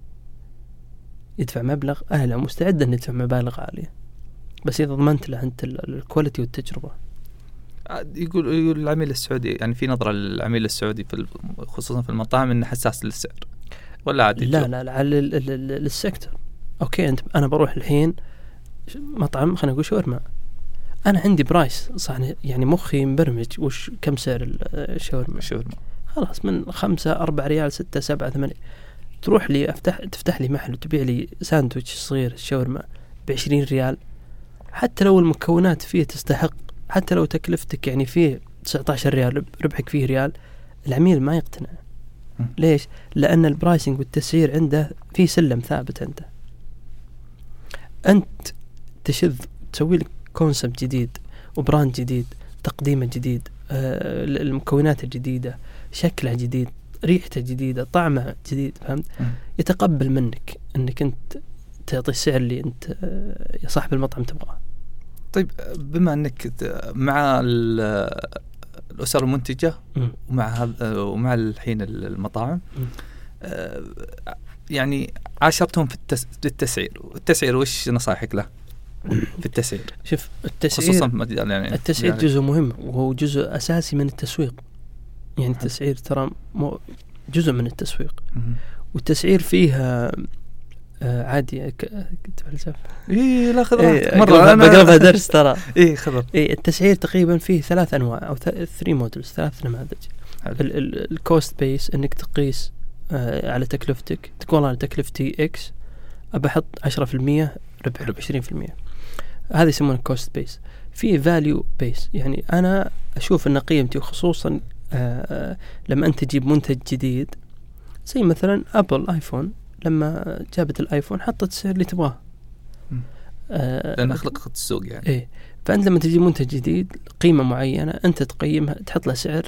B: أعلى، مستعد إنه يدفع مبالغ عالية، بس إذا ضمنت له أنت الكواليتي والتجربة.
A: يقول العميل السعودي، يعني في نظرة للعميل السعودي خصوصا في المطاعم إنه حساس للسعر ولا عادي؟
B: لا على السيكتور. أوكي أنا بروح الحين مطعم خلينا نقول شاورما، أنا عندي برايس صح، يعني مخي مبرمج وش كم سعر الشاورما خلاص من 5 4 ريال 6 7 8. تروح لي تفتح لي محل وتبيع لي ساندويتش صغير الشاورما ب20 ريال، حتى لو المكونات فيه تستحق، حتى لو تكلفتك يعني فيه 19 ريال ربحك فيه ريال، العميل ما يقتنع. ليش؟ لأن البرايسنج والتسعير عنده فيه سلم ثابت. أنت تشذ تسوي لك كونسبت جديد وبراند جديد، تقديمه جديد، المكونات الجديدة، شكله جديد، ريحته جديدة، طعمه جديد، فهمت؟ يتقبل منك أنك أنت تعطي السعر اللي أنت يا صاحب المطعم تبغاه.
A: طيب بما أنك مع الأسر المنتجة ومع الحين المطاعم، يعني عاشرتهم في التسعير، والتسعير وش نصائحك له في التسعير؟
B: شوف التسعير
A: خصوصا يعني
B: التسعير يعني جزء مهم وهو جزء أساسي من التسويق. يعني التسعير ترى جزء من التسويق، والتسعير فيها عادي كنت فلسفة.
A: لا خذ مرة
B: أنا بقربها درس ترى.
A: خذ.
B: التسعير تقريبا فيه 3 أنواع أو 3 مودلز، 3 نماذج. الكوست بيس إنك تقيس على تكلفتك، تقول أنا تكلفتي إكس أبى أحط 10% ربح 20%، هذا يسمونه كوست بيس. في فاليو بيس، يعني أنا أشوف أن قيمتي، وخصوصا لما أنت تجيب منتج جديد زي مثلا أبل آيفون، لما جابت الآيفون حطت السعر اللي تبغاه
A: لأن أخلقت السوق يعني.
B: إيه، فأنت لما تجيب منتج جديد قيمة معينة أنت تقيمها، تحط له سعر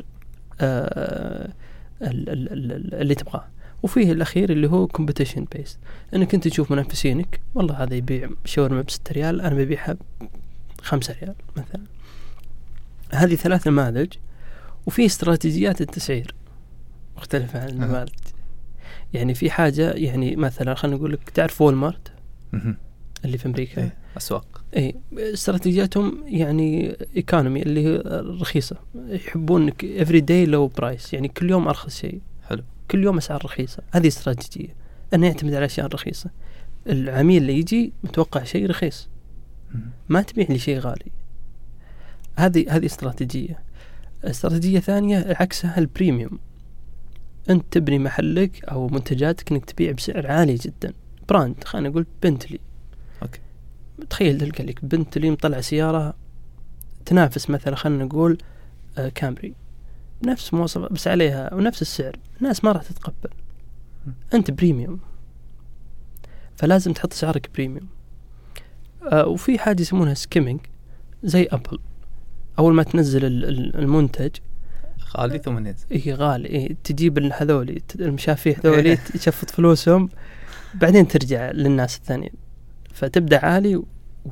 B: اللي تبغاه. وفيه الأخير اللي هو competition based، أنك أنت تشوف منافسينك، والله هذا يبيع شاورما ب6 ريال أنا ببيعها ب5 ريال مثلا. هذه 3 نماذج، وفيه استراتيجيات التسعير مختلفة عن النماذج. يعني في حاجة، يعني مثلا خلينا نقول لك، تعرف وولمارت اللي في أمريكا؟
A: أسواق.
B: استراتيجياتهم يعني إيكونومي، اللي هي رخيصة، يحبونك every day low price، يعني كل يوم أرخص شيء،
A: حلو،
B: كل يوم أسعار رخيصة. هذه استراتيجية، أنه يعتمد على أشياء رخيصة. العميل اللي يجي متوقع شيء رخيص، ما تبيع لي شيء غالي. هذه استراتيجية. استراتيجية ثانية عكسها البريميوم، أنت تبني محلك أو منتجاتك أنك تبيع بسعر عالي جدا. براند خلينا نقول بنتلي،
A: أوكي،
B: تخيل تلقى لك بنتلي مطلع سيارة تنافس مثلا خلينا نقول كامري، نفس مواصفات بس عليها ونفس السعر، الناس ما راح تتقبل. أنت بريميوم، فلازم تحط سعرك بريميوم. وفي حاجة يسمونها سكيمينج زي أبل، أول ما تنزل المنتج
A: غالي ثم ينزل.
B: غالي، تجيب هذولي المشافيح ذولي تشفط فلوسهم، بعدين ترجع للناس الثانيين، فتبدأ عالي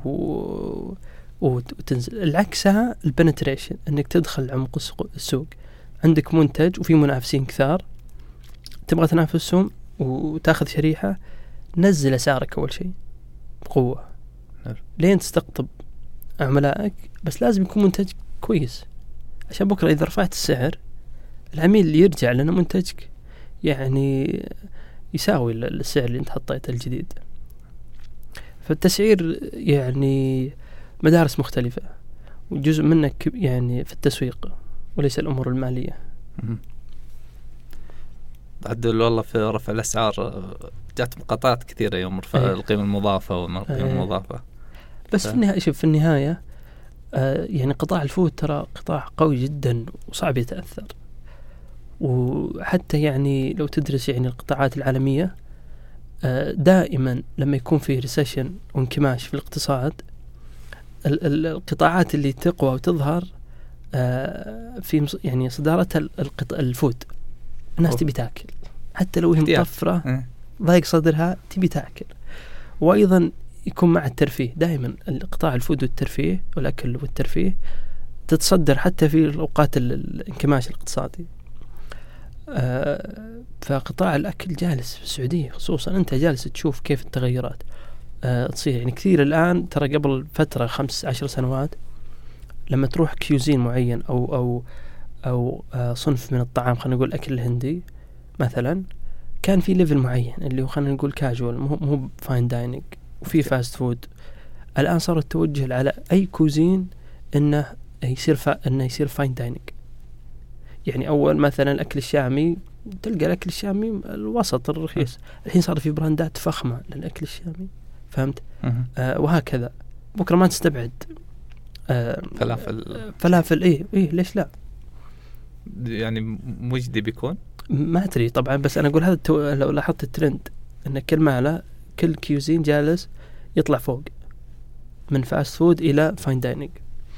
B: وتنزل. العكسها البنتريشن، انك تدخل عمق السوق، عندك منتج وفي منافسين كثار، تبغى تنافسهم وتاخذ شريحة، نزل أسعارك أول شيء بقوة لين تستقطب عملائك، بس لازم يكون منتج كويس عشان بكرة إذا رفعت السعر العميل اللي يرجع لنا منتجك يعني يساوي السعر اللي انت حطيته الجديد. فالتسعير يعني مدارس مختلفة، وجزء منك يعني في التسويق وليس الأمور المالية.
A: عدل والله في رفع الأسعار جات مقاطعات كثيرة يوم رفع القيمة المضافة والقيمة المضافة.
B: بس في النهاية شوف، في النهاية يعني قطاع الفود ترى قطاع قوي جدا وصعب يتأثر. وحتى يعني لو تدرس يعني القطاعات العالمية دائما لما يكون في ريسيشن وانكماش في الاقتصاد، القطاعات اللي تقوى وتظهر في يعني صدارتها الفود. الناس تبي تاكل حتى لو هي مطفرة ضايق صدرها تبي تاكل. وأيضا يكون مع الترفيه، دائما القطاع الفود والترفيه والأكل والترفيه تتصدر حتى في الأوقات الانكماش الاقتصادي. فقطاع الأكل جالس في السعودية خصوصا أنت جالس تشوف كيف التغيرات تصير. يعني كثير الآن، ترى قبل فترة 15 سنوات لما تروح كيوزين معين أو صنف من الطعام، خلينا نقول أكل الهندي مثلا، كان في ليفل معين اللي هو خلينا نقول كاجوال، مو فاين دايننج، وفي فاست فود. الآن صار التوجه على أي كوزين إنه يصير فاين دايننج. يعني أول مثلا الأكل الشامي، تلقى الأكل الشامي الوسط الرخيص، الحين صار في براندات فخمة للأكل الشامي، فهمت؟ وهكذا. بكرة ما تستبعد فلافل. إيه ليش لا؟
A: يعني مجدي بيكون
B: ما أدري طبعا، بس أنا أقول هذا لو لاحظت الترند إن كل كيوزين جالس يطلع فوق من فاست فود إلى فاين دايننج.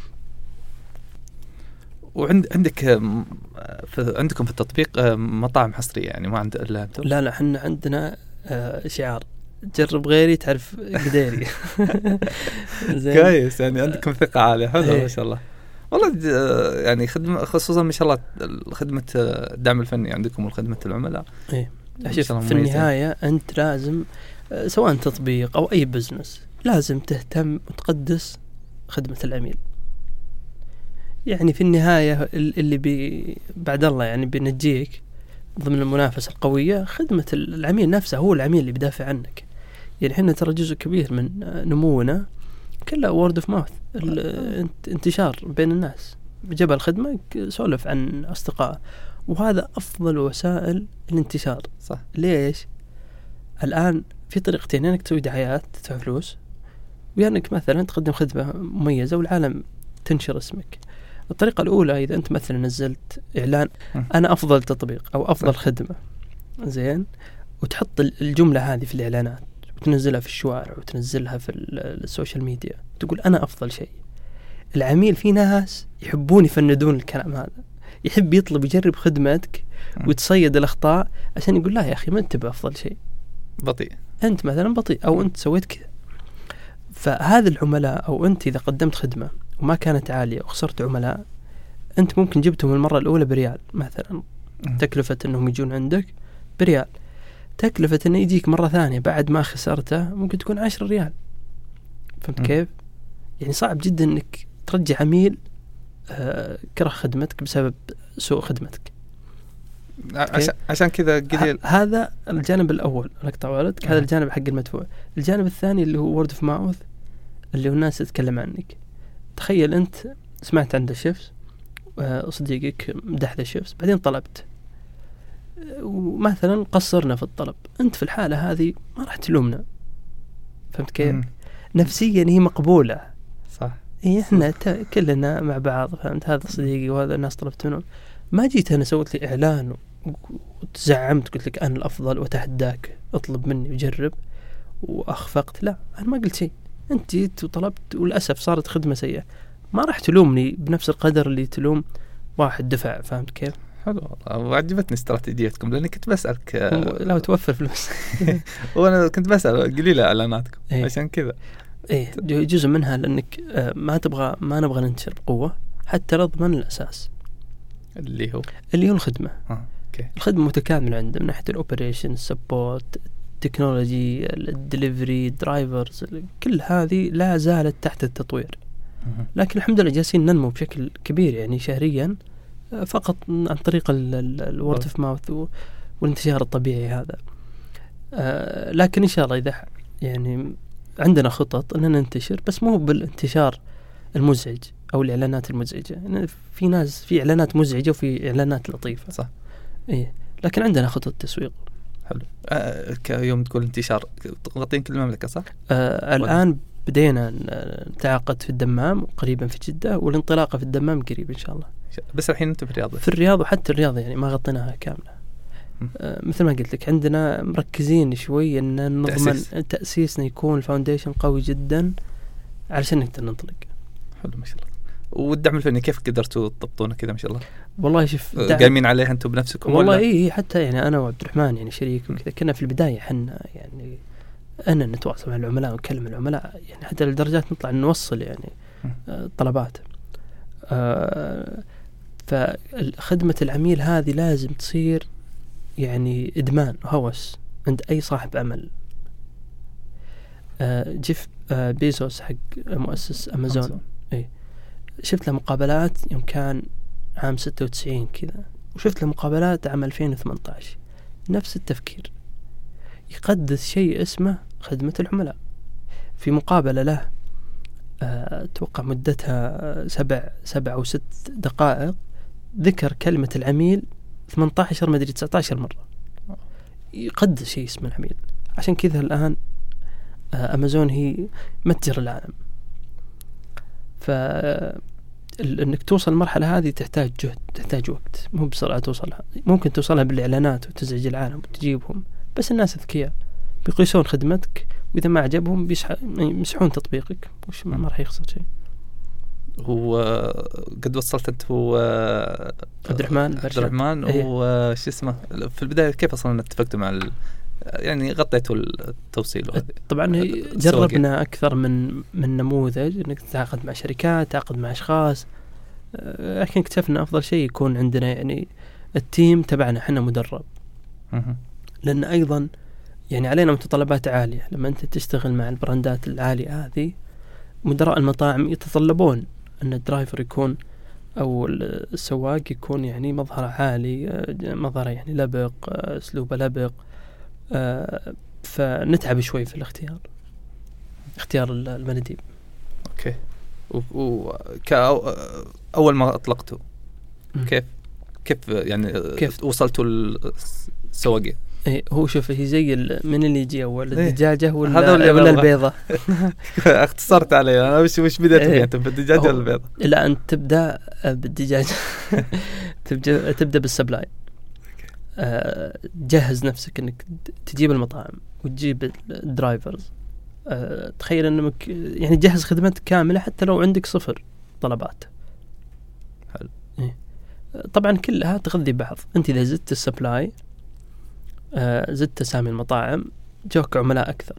A: عندكم في التطبيق مطاعم حصرية يعني ما عند إلا أنتم؟
B: لا احنا عندنا شعار جرب غيري تعرف قديري.
A: كويس، يعني عندكم ثقة عالية. حلو ما شاء الله والله. يعني خدمة خصوصا ما شاء الله خدمة الدعم الفني عندكم وخدمة العملاء.
B: في النهاية أنت لازم سواء تطبيق أو أي بزنس لازم تهتم وتقدس خدمة العميل. يعني في النهاية اللي بعد الله يعني بينجيك ضمن المنافسة القوية خدمة العميل نفسه، هو العميل اللي بدافع عنك. يعني احنا ترى جزء كبير من نمونا كله word of mouth، انتشار بين الناس. بجبل الخدمة سولف عن أصدقاء، وهذا أفضل وسائل الانتشار.
A: صح.
B: ليش؟ الآن في طريقتين، انك تسوي دعايات تدفع فلوس، ويانك مثلا تقدم خدمة مميزة والعالم تنشر اسمك. الطريقة الأولى إذا أنت مثلا نزلت إعلان أنا أفضل تطبيق أو أفضل خدمة، زين، وتحط الجملة هذه في الإعلانات وتنزلها في الشوارع وتنزلها في السوشيال ميديا، تقول أنا أفضل شيء. العميل في ناس يحبون يفندون الكلام هذا، يحب يطلب يجرب خدمتك وتصيد الأخطاء عشان يقول لا يا أخي ما أنت بأفضل شيء،
A: بطيء،
B: أنت مثلا بطيء أو أنت سويت كذا. فهذا العملاء، أو أنت إذا قدمت خدمة وما كانت عالية وخسرت عملاء، أنت ممكن جبتهم المرة الأولى بريال مثلا، تكلفة أنهم يجون عندك بريال، تكلفة أنه يجيك مرة ثانية بعد ما خسرته ممكن تكون 10 ريال. فهمت كيف؟ يعني صعب جدا أنك ترجع عميل كره خدمتك بسبب سوء خدمتك.
A: عشان كذا قليل.
B: هذا الجانب الأول، أقطع والدك، هذا الجانب حق المدفوع. الجانب الثاني اللي هو word of mouth، اللي هو الناس تتكلم عنك. تخيل أنت سمعت عند الشيفس، صديقك مدح ذا الشيفس، بعدين طلبت ومثلا قصرنا في الطلب، أنت في الحالة هذه ما راح تلومنا. فهمت كيف؟ نفسيا هي مقبولة.
A: صح.
B: إيه إحنا كلنا مع بعض، فهمت؟ هذا صديقي وهذا الناس طلبت منهم. ما جيت أنا سويت لي إعلان وتزعمت قلت لك أنا الأفضل وتحداك اطلب مني وجرب وأخفقت. لا، أنا ما قلت شيء، أنت جيت وطلبت وللأسف صارت خدمة سيئة. ما راح تلومني بنفس القدر اللي تلوم واحد دفع. فهمت كيف؟
A: حلو والله، وعجبتني استراتيجيتكم، لأني كنت بسألك
B: لو توفر فلوس.
A: وأنا كنت بسأل قليلة إعلاناتكم. عشان كذا
B: جزء منها لأنك ما نبغى ننتشر بقوة حتى نضمن الأساس اللي هو الخدمة. الخدمة متكاملة عندنا من ناحية الأوبريشن، السبورت، التكنولوجي، الدليفري، درايفرز، كل هذه لا زالت تحت التطوير. لكن الحمد لله جالسين ننمو بشكل كبير، يعني شهريا فقط عن طريق الورد اوف ماوث والانتشار الطبيعي هذا. لكن إن شاء الله إذا يعني عندنا خطط أننا ننتشر، بس مو بالانتشار المزعج أو الإعلانات المزعجة. يعني في ناس في إعلانات مزعجة وفي إعلانات لطيفة.
A: صح.
B: إيه، لكن عندنا خطط تسويق.
A: حلو. كيوم تقول انتشار تغطين كل المملكة صح؟
B: الآن بدينا نتعاقد في الدمام وقريبا في جدة، والانطلاقة في الدمام قريب إن شاء الله.
A: بس الحين أنت في الرياض؟
B: في الرياض، وحتى الرياض يعني ما غطيناها كاملة. مثل ما قلت لك عندنا مركزين شوي أن نضمن تأسيسنا يكون الفاونديشن قوي جدا علشان نقدر ننطلق.
A: حلو ما شاء الله. والدعم الفني كيف قدرتوا تضبطونه كذا ما شاء الله؟
B: والله شوف
A: قايمين عليه أنتم بنفسكم؟
B: والله إيه، حتى يعني أنا وعبد الرحمن يعني شريك وكذا، كنا في البداية حنا يعني أنا نتواصل مع العملاء ونكلم العملاء، يعني حتى لدرجات نطلع نوصل يعني طلبات. فخدمة العميل هذه لازم تصير يعني إدمان وهوس عند أي صاحب عمل. جيف بيزوس حق مؤسس أمازون إيه شفت له مقابلات يوم كان عام 96 كذا، وشفت له مقابلات عام 2018. نفس التفكير، يقدس شيء اسمه خدمة العملاء. في مقابلة له أتوقع مدتها 7 أو 6 دقائق، ذكر كلمة العميل 18 مدري 19 مرة. يقدس شيء اسمه العميل. عشان كذا الآن أمازون هي متجر العالم. فإنك توصل المرحلة هذه تحتاج جهد، تحتاج وقت، مو بسرعة توصلها. ممكن توصلها بالإعلانات وتزعج العالم وتجيبهم، بس الناس أذكياء بيقيسون خدمتك، وإذا ما عجبهم بيمسحون تطبيقك، وش ما راح يخسر شيء.
A: هو قد وصلت أنت هو
B: عبد الرحمن
A: وش اسمه في البداية، كيف أصلا اتفقتوا مع يعني غطيتوا التوصيل؟
B: طبعا جربنا أكثر من نموذج، إنك تتعاقد مع شركات، تعاقد مع أشخاص، لكن اكتشفنا أفضل شيء يكون عندنا يعني التيم تبعنا احنا مدرب. لأن أيضا يعني علينا متطلبات عالية. لما أنت تشتغل مع البراندات العالية هذه، مدراء المطاعم يتطلبون أن الدرايفر يكون أو السواق يكون يعني مظهره عالي، مظهره يعني لبق، أسلوبه لبق. فنتعب شوي في اختيار المناديب.
A: أوكي. أول ما أطلقته كيف وصلتوا السواقين؟
B: إيه، هو شوف، هي زي من اللي يجي أول، الدجاجة ولا البيضة؟
A: اختصرت علي أنا. وش بدأت فيها أنت، بالدجاجة ولا البيضة؟
B: لا، أنت تبدأ بالدجاجة. تبدأ بالسبلاي. جهز نفسك إنك تجيب المطاعم وتجيب الدرايفرز. تخيل إنك يعني جهز خدمتك كاملة حتى لو عندك 0 طلبات.
A: حلو.
B: إيه. طبعا كلها تغذي بعض. أنت إذا زدت السبلاي، زدت أسامي المطاعم، جوك عملاء أكثر.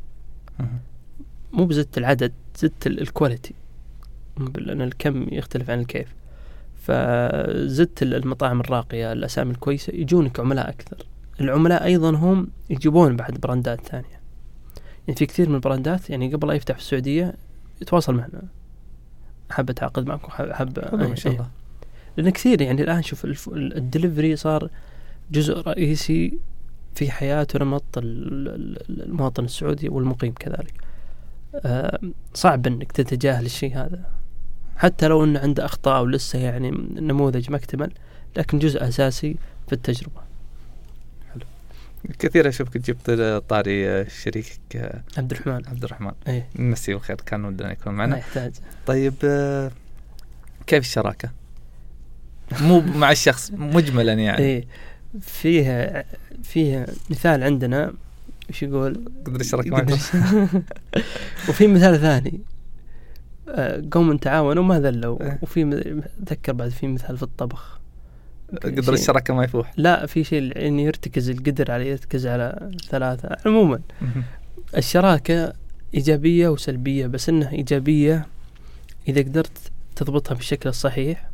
B: مو بزدت العدد، زدت الكواليتي، لأن الكم يختلف عن الكيف. فزدت المطاعم الراقية، الأسامي الكويسة، يجونك عملاء أكثر. العملاء أيضا هم يجيبون بعد براندات ثانية. يعني في كثير من البراندات يعني قبل لا يفتح في السعودية يتواصل معنا، حاب أتعاقد معكم، حاب
A: ما شاء الله.
B: لأن كثير يعني الآن شوف الدليفري صار جزء رئيسي في حياة ونمط المواطن السعودي والمقيم كذلك. صعب أنك تتجاهل الشيء هذا، حتى لو أنه عنده أخطاء ولسه يعني النموذج ما اكتمل، لكن جزء أساسي في التجربة.
A: حلو. كثير أشوفك جبت طاري شريكك
B: عبد الرحمن.
A: إيه، نمسيه بالخير، كان ودنا يكون معنا.
B: ما يحتاج.
A: طيب، كيف الشراكة؟ مو مع الشخص مجملا يعني.
B: إيه، فيها مثال عندنا وش يقول
A: قدر الشراكة معك.
B: وفي مثال ثاني، قوم تعاونوا ما ذلوا. وفي أتذكر بعد في مثال في الطبخ،
A: قدر الشراكة ما يفوح.
B: لا، في شيء يعني يرتكز القدر على يرتكز على 3. عموما الشراكة إيجابية وسلبية، بس إنها إيجابية إذا قدرت تضبطها بالشكل الصحيح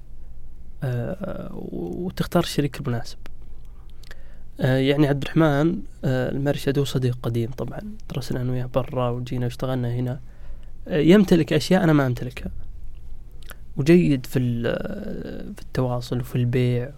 B: وتختار الشريك المناسب. يعني عبد الرحمن المرشد هو صديق قديم طبعا، درسنا أنا وياه برا وجينا واشتغلنا هنا. يمتلك أشياء أنا ما أمتلكها، وجيد في التواصل وفي البيع.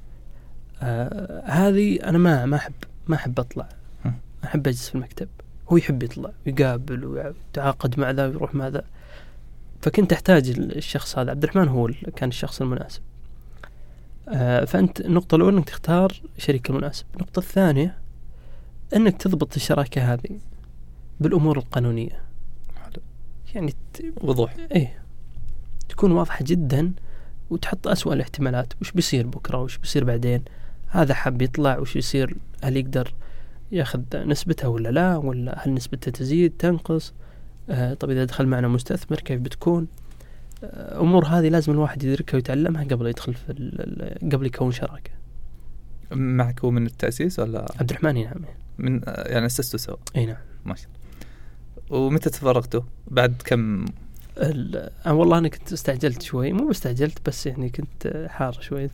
B: هذه أنا ما أحب أطلع، أحب أجلس في المكتب. هو يحب يطلع ويقابل ويتعاقد مع ذا ويروح مع ذا. فكنت أحتاج الشخص هذا. عبد الرحمن هو كان الشخص المناسب. فأنت النقطة الأولى أنك تختار شريك المناسب. النقطة الثانية أنك تضبط الشراكة هذه بالأمور القانونية. يعني
A: وضوح.
B: إيه، تكون واضحة جدا، وتحط أسوأ الاحتمالات. وش بيصير بكرة، وش بيصير بعدين، هذا حاب يطلع، وش يصير، هل يقدر ياخذ نسبته ولا لا، ولا هل نسبته تزيد تنقص. طب إذا دخل معنا مستثمر كيف بتكون. أمور هذه لازم الواحد يدركها ويتعلمها قبل يدخل قبل يكون شراكة.
A: معك هو من التأسيس ولا؟
B: عبد الرحمن نعم.
A: من يعني أسستوا سوا؟
B: أي نعم.
A: ما شاء الله. ومتى تفرغتوا؟ بعد كم؟
B: والله أنا كنت استعجلت شوي، مو استعجلت بس يعني كنت حار شوي.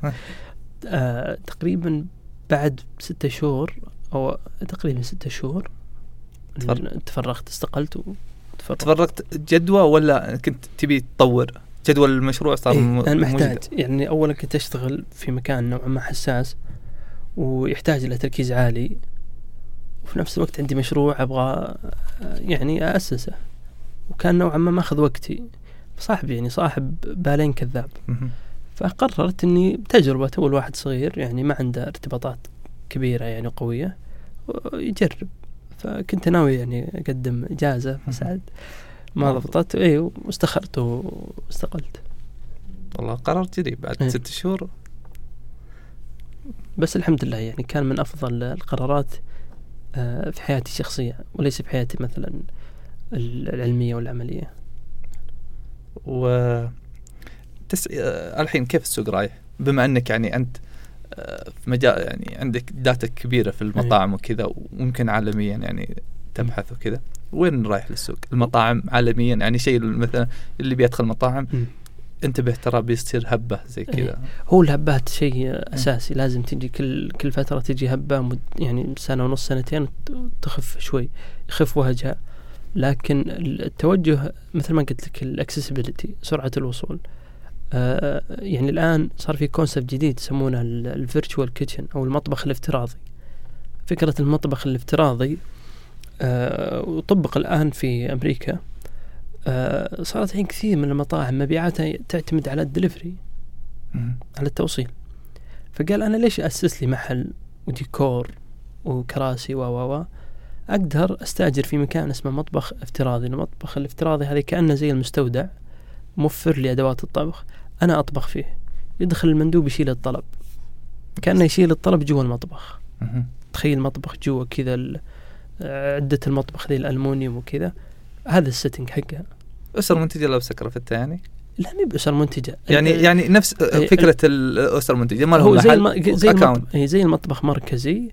B: تقريبا بعد 6 شهور أو تقريبا 6 شهور تفرغت، استقلت.
A: تفرغت جدوى ولا كنت تبي تطور؟ جدول المشروع صار
B: أنا محتاج يعني أولا كنت أشتغل في مكان نوعا ما حساس ويحتاج إلى تركيز عالي، وفي نفس الوقت عندي مشروع أبغى يعني أأسسه، وكان نوعا ما ماخذ وقتي. صاحبي يعني صاحب بالين كذاب، فقررت إني تجربة أول واحد صغير يعني ما عنده ارتباطات كبيرة يعني قوية يجرب. فكنت ناوي يعني أقدم إجازة بس ما ضبطت واستخرت واستقلت.
A: والله قرار جديد بعد 6 شهور.
B: بس الحمد لله يعني كان من أفضل القرارات في حياتي الشخصية وليس في حياتي مثلا العلمية والعملية.
A: الحين كيف السوق رايح بما أنك يعني أنت في مجال يعني عندك داتا كبيرة في المطاعم وكذا وممكن عالميا يعني تبحث وكذا، وين رايح للسوق المطاعم عالميا؟ يعني شيء مثلا اللي بيدخل مطاعم انتبه ترى بيصير هبة زي كذا.
B: هو الهبات شيء أساسي، لازم تجي كل فترة تجي هبة يعني سنة ونص سنتين تخف شوي، يخف وهجها. لكن التوجه مثل ما قلت لك الاكسسبيليتي، سرعة الوصول. يعني الآن صار في كونسبت جديد يسمونه الفيرتشوال كيتشن أو المطبخ الافتراضي. فكرة المطبخ الافتراضي وطبق الآن في أمريكا. صارت الحين كثير من المطاعم مبيعاتها تعتمد على الدليفري، على التوصيل. فقال أنا ليش أسس لي محل وديكور وكراسي أقدر أستأجر في مكان اسمه مطبخ افتراضي. المطبخ الافتراضي هذه كأنه زي المستودع، موفر لي أدوات الطبخ، أنا أطبخ فيه. يدخل المندوب يشيل الطلب، كأنه يشيل الطلب جوا المطبخ. تخيل مطبخ جوا كذا، عدة المطبخ ذي الألمونيوم وكذا. هذا السيتنج حقها.
A: أسر منتجة لو سكرفتها يعني؟
B: لا مي بأسر منتجة
A: يعني نفس فكرة الأسر المنتجة، ما
B: هو زي المطبخ مركزي.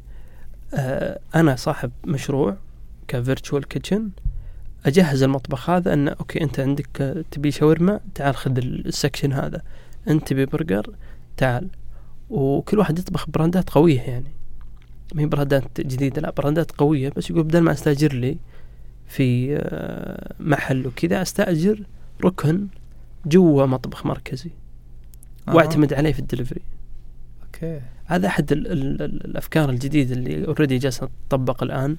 B: أنا صاحب مشروع كفيرتشوال كيتشن، أجهز المطبخ هذا أنه أوكي أنت عندك تبي شاورما، تعال خذ السكشن هذا. أنت تبي برجر، تعال. وكل واحد يطبخ براندات قوية، يعني ما هي براندات جديدة، لا براندات قوية. بس يقول بدل ما أستأجر لي في محل وكذا، أستأجر ركن جوا مطبخ مركزي واعتمد عليه في الدليفري.
A: أوكي.
B: هذا أحد الأفكار الجديدة اللي أوريدي جالسة تطبق الآن.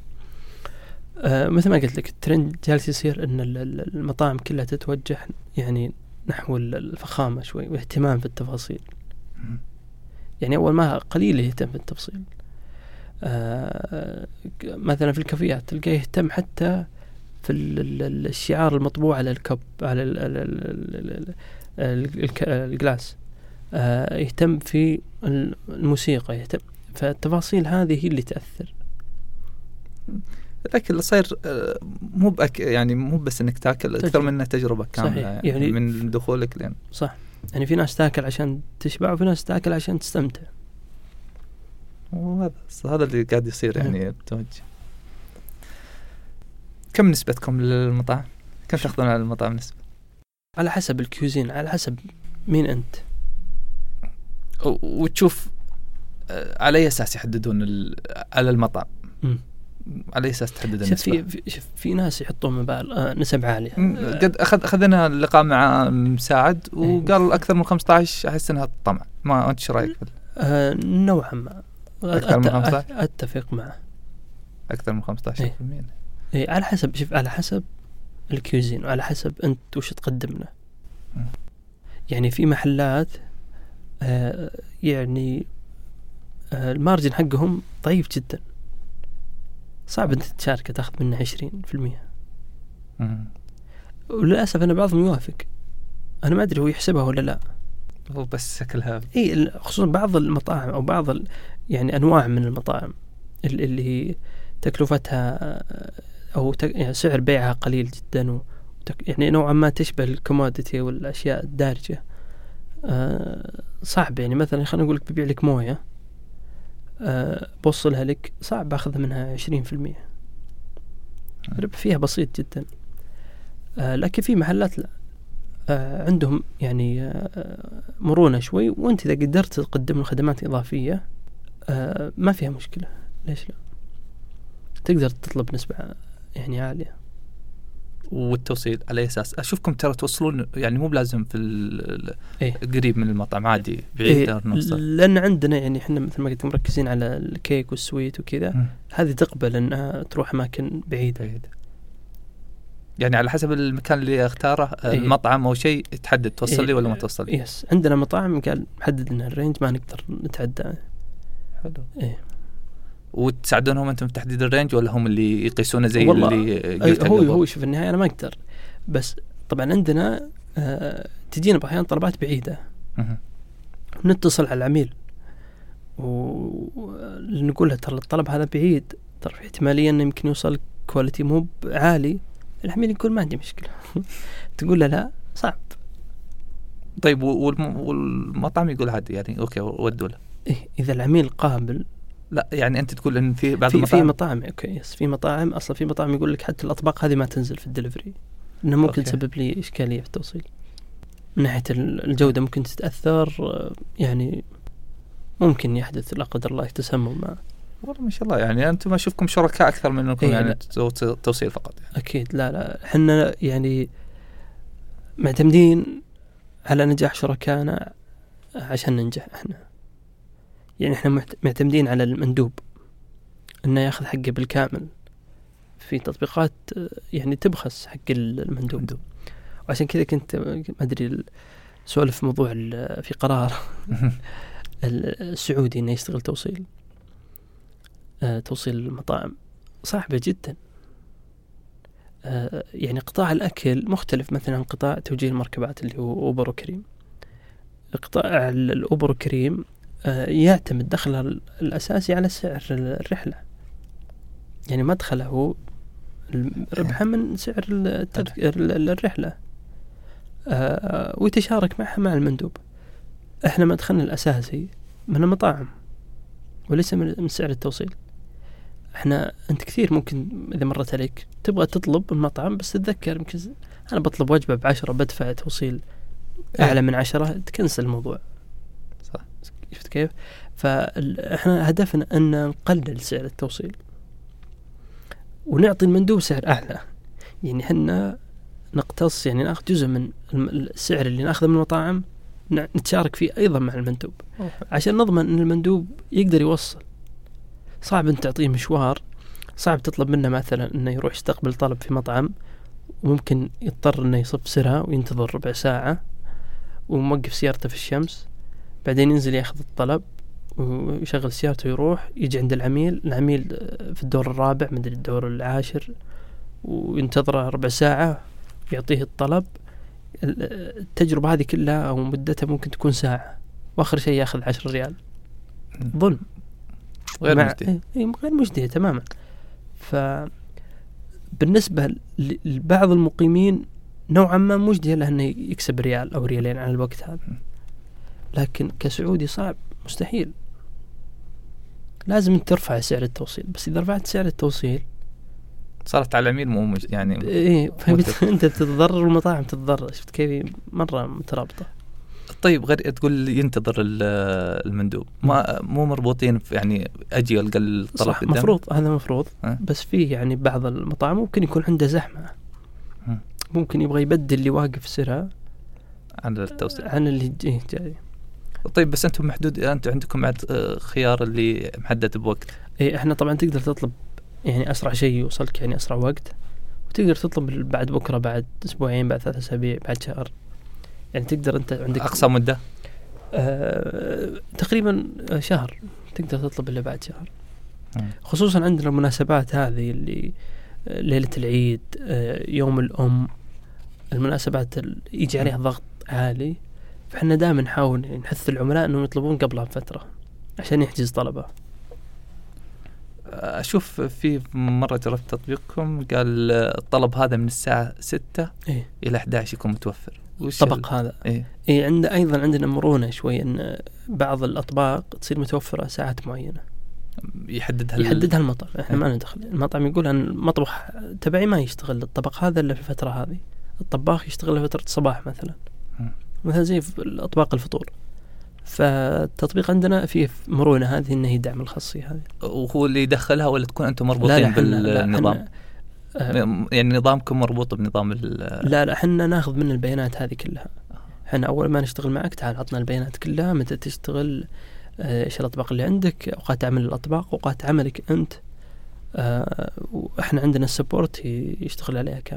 B: مثل ما قلت لك الترند جالس يصير أن المطاعم كلها تتوجه يعني نحو الفخامة شوي واهتمام في التفاصيل. يعني أول ما قليل يهتم في التفصيل. مثلا في الكافيات تلقاه يهتم حتى في الشعار المطبوع على الكب، على الجلاس. يهتم في الموسيقى، يهتم. فالتفاصيل هذه هي اللي تأثر.
A: لكن اللي صاير يعني مو بس انك تاكل، اكثر منها تجربه كامله يعني من دخولك لين.
B: صح. يعني في ناس تاكل عشان تشبع، وفي ناس تاكل عشان تستمتع.
A: وهذا اللي قاعد يصير يعني التوجه. كم نسبتكم للمطاعم؟ كم تاخذون على المطاعم نسبة؟
B: على حسب الكيوزين، على حسب مين انت.
A: وتشوف على اي اساس يحددون على المطعم؟ على اساس تحدد النسبة؟
B: في ناس يحطون مبالغ نسب عالية.
A: قد اخذنا اللقاء مع مساعد وقال اكثر من 15 احس انها طمع. ما انت ايش رايك؟
B: نوعا ما
A: اكثر من 15
B: اتفق معه.
A: اكثر من 15%.
B: على حسب، شوف، على حسب الكيوزين وعلى حسب انت وش تقدم له. يعني في محلات يعني المارجن حقهم ضعيف جدا، صعب انت تشاركه تاخذ منه 20%. وللاسف انا بعضهم يوافق، انا ما ادري هو يحسبها ولا لا،
A: هو بس شكلها.
B: خصوصا بعض المطاعم او بعض يعني انواع من المطاعم اللي تكلفتها او يعني سعر بيعها قليل جدا، يعني نوعا ما تشبه الكوموديتي والاشياء الدارجه. صعب. يعني مثلا خلينا نقول لك ببيع لك مويه، بوصلها لك، صعب أخذ منها 20%. ربح فيها بسيط جدا. لكن في محلات لا، عندهم يعني مرونة شوي، وانت إذا قدرت تقدم له خدمات إضافية ما فيها مشكلة. ليش لا؟ تقدر تطلب نسبة يعني عالية.
A: والتوصيل على اساس اشوفكم ترى توصلون يعني مو بلازم في قريب من المطعم عادي بعيد نوصل،
B: لان عندنا يعني احنا مثل ما قلت مركزين على الكيك والسويت وكذا، هذه تقبل انها تروح اماكن بعيده.
A: يعني على حسب المكان اللي اختاره المطعم او شيء تحدد توصل لي ولا ما توصل لي.
B: يس عندنا مطاعم قال محدد لنا الرينج ما نقدر نتعدى.
A: حلو. وتساعدونهم انتم في تحديد الرينج ولا هم اللي يقيسونه زي اللي قلت؟
B: هو شوف النهايه انا ما اقدر، بس طبعا عندنا تجينا بأحيان طلبات بعيده نتصل على العميل ونقول له ترى الطلب هذا بعيد، ترى في احتماليه انه يمكن يوصل كواليتي مو عالي. العميل يقول ما عندي مشكله تقول له لا صعب.
A: طيب والمطعم يقول عادي يعني اوكي ودوا له.
B: اذا العميل قابل.
A: لا يعني انت تقول ان في بعض
B: المطاعم في مطاعم اوكي يس في مطاعم اصلا في مطاعم يقول لك حتى الاطباق هذه ما تنزل في الدليفري انه ممكن تسبب لي اشكاليه في التوصيل من ناحيه الجوده، ممكن تتاثر، يعني ممكن يحدث لا قدر الله تسمم.
A: والله ما شاء الله يعني انتم اشوفكم شركاء اكثر من انكم يعني توصيل فقط يعني.
B: اكيد لا احنا يعني معتمدين على نجاح شركائنا عشان ننجح احنا. يعني احنا معتمدين على المندوب انه ياخذ حقه بالكامل. في تطبيقات يعني تبخس حق المندوب، وعشان كذا كنت ما ادري سولف في موضوع في قرار السعودي انه يشتغل توصيل المطاعم صعبة جدا. يعني قطاع الأكل مختلف مثلا عن قطاع توجيه المركبات اللي هو أوبر وكريم. قطاع الأوبر وكريم يعتمد دخله الأساسي على سعر الرحلة، يعني مدخله ربحه من سعر الرحلة، ويتشارك معها مع المندوب. احنا مدخلنا الأساسي من المطاعم وليس من سعر التوصيل. انت كثير ممكن اذا مرت عليك تبغى تطلب المطعم بس تتذكر يمكن انا بطلب وجبه ب10 بدفع توصيل اعلى من 10 تكنسل الموضوع.
A: صح.
B: شفت كيف؟ فاحنا هدفنا ان نقلل سعر التوصيل ونعطي المندوب سعر اعلى. يعني احنا نقتص، يعني ناخذ جزء من السعر اللي ناخذه من المطاعم نتشارك فيه ايضا مع المندوب عشان نضمن ان المندوب يقدر يوصل. صعب انت تعطيه مشوار، صعب تطلب منه مثلا انه يروح يستقبل طلب في مطعم وممكن يضطر انه يصف سرها وينتظر ربع ساعة وموقف سيارته في الشمس، بعدين ينزل ياخذ الطلب ويشغل سيارته ويروح يجي عند العميل في الدور الرابع مدري الدور العاشر وينتظره ربع ساعة يعطيه الطلب. التجربة هذه كلها أو مدتها ممكن تكون ساعة وآخر شيء يأخذ 10 ريال. ظلم غير مجدي تماما. فبالنسبة لبعض المقيمين نوعا ما مجدي له أنه يكسب ريال أو ريالين على الوقت هذا، لكن كسعودي صعب مستحيل. لازم ترفع سعر التوصيل، بس إذا رفعت سعر التوصيل
A: صارت على العميل مو يعني
B: أنت تتضرر والمطاعم تتضرر. شفت كيف مرة مترابطة.
A: طيب غير تقول ينتظر المندوب مو مربوطين يعني أجي ألقى الطلب قدام.
B: مفروض هذا مفروض بس فيه يعني بعض المطاعم ممكن يكون عنده زحمة ممكن يبغى يبدل اللي واقف سرها
A: عن التوصيل
B: عن اللي جاي.
A: طيب بس أنتم محدود، أنتم عندكم خيار اللي محدد بوقت.
B: إحنا طبعا تقدر تطلب يعني أسرع شيء يوصلك يعني أسرع وقت، وتقدر تطلب بعد بكرة بعد أسبوعين بعد 3 أسابيع بعد شهر. يعني تقدر أنت عندك
A: أقصى مدة
B: تقريبا شهر تقدر تطلب إلا بعد شهر. خصوصا عندنا المناسبات هذه اللي ليلة العيد يوم الأم، المناسبات يجي عليها ضغط عالي، فإحنا دائما نحاول نحث العملاء أنهم يطلبون قبلها بفترة عشان يحجز طلبه.
A: أشوف في مرة جربت تطبيقكم قال الطلب هذا من الساعة 6 إلى 11 يكون متوفر.
B: الطبق هذا أيضا عندنا مرونة شوي أن بعض الأطباق تصير متوفرة ساعات معينة يحددها المطعم. إحنا ما ندخل، المطعم يقول أن المطبخ تبعي ما يشتغل الطبق هذا إلا في الفترة هذه، الطباخ يشتغل فترة الصباح مثلا زي في الأطباق الفطور. فالتطبيق عندنا فيه مرونة هذه إنه يدعم الخاصية هذه.
A: وهو اللي يدخلها ولا تكون أنتم مربوطين بالنظام؟ يعني نظامكم مربوط بنظام
B: لا احنا ناخذ من البيانات هذه كلها. احنا اول ما نشتغل معك تعال عطنا البيانات كلها، متى تشتغل، ايش الاطباق اللي عندك، اوقات عمل الاطباق، اوقات عملك انت، واحنا عندنا السبورت يشتغل عليها كامل.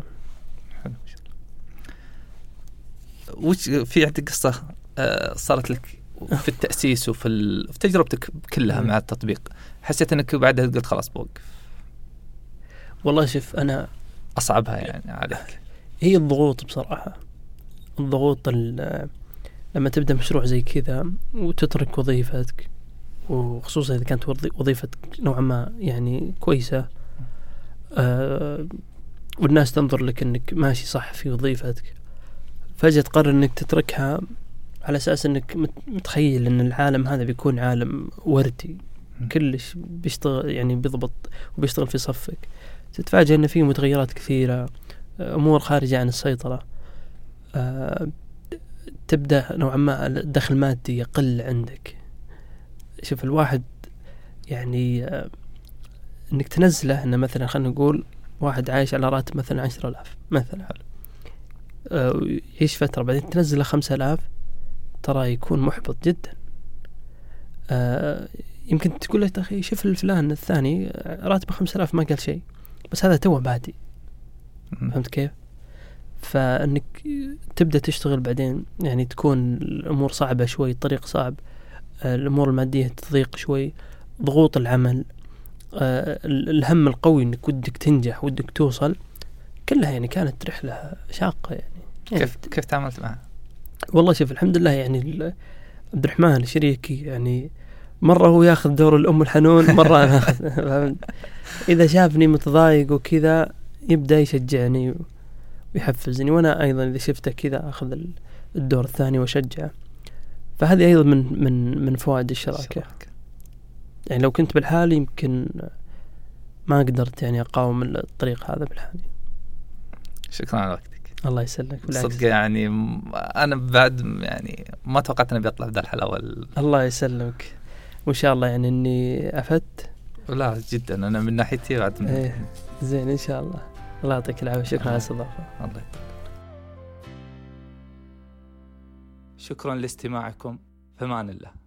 A: وش في عندك قصة صارت لك في التأسيس وفي في تجربتك كلها مع التطبيق حسيت انك بعدها قلت خلاص بوقف؟
B: والله شوف انا
A: اصعبها يعني عليك
B: هي الضغوط بصراحة. الضغوط لما تبدأ مشروع زي كذا وتترك وظيفتك، وخصوصا إذا كانت وظيفتك نوعا ما يعني كويسة، والناس تنظر لك أنك ماشي صح في وظيفتك، فجأة تقرر أنك تتركها على أساس أنك متخيل أن العالم هذا بيكون عالم وردي كلش بيشتغل يعني بيضبط وبيشتغل في صفك. تتفاجأ أن فيه متغيرات كثيرة، أمور خارجة عن السيطرة، تبدأ نوعا ما الدخل المادي يقل عندك. شوف الواحد يعني انك تنزله، انه مثلا خلينا نقول واحد عايش على راتب مثلا 10,000 مثلا، يعيش فترة بعدين تنزله 5,000، ترى يكون محبط جدا. يمكن تقول لك أخي شوف الفلان الثاني راتبه 5,000 ما قال شيء، بس هذا توه بادي. فهمت كيف؟ فانك تبدأ تشتغل بعدين يعني تكون الامور صعبة شوي، الطريق صعب، الامور المادية تضيق شوي، ضغوط العمل، الهم القوي انك ودك تنجح ودك توصل، كلها يعني كانت رحلة شاقة يعني.
A: كيف تعاملت معها؟
B: والله شوف الحمد لله يعني عبد الرحمن شريكي يعني مرة هو ياخذ دور الأم الحنون، مرة أنا أخذ. إذا شافني متضايق وكذا يبدأ يشجعني ويحفزني، وأنا أيضا إذا شفته كذا أخذ الدور الثاني وشجعه. فهذه أيضا من فوائد الشراكة. يعني لو كنت بالحال يمكن ما قدرت يعني أقاوم الطريق هذا بالحالي.
A: شكرا على وقتك.
B: الله يسلمك.
A: صدق يعني أنا بعد يعني ما توقعت أني بيطلع ذا الحلقة
B: الله يسلمك، وإن شاء الله يعني إني أفدت.
A: لا جدا أنا من ناحيتي بعد
B: زين إن شاء الله. الله يعطيك العافية. شكرا على الاستضافة.
A: الله يطلع. شكرا لاستماعكم. فمان الله.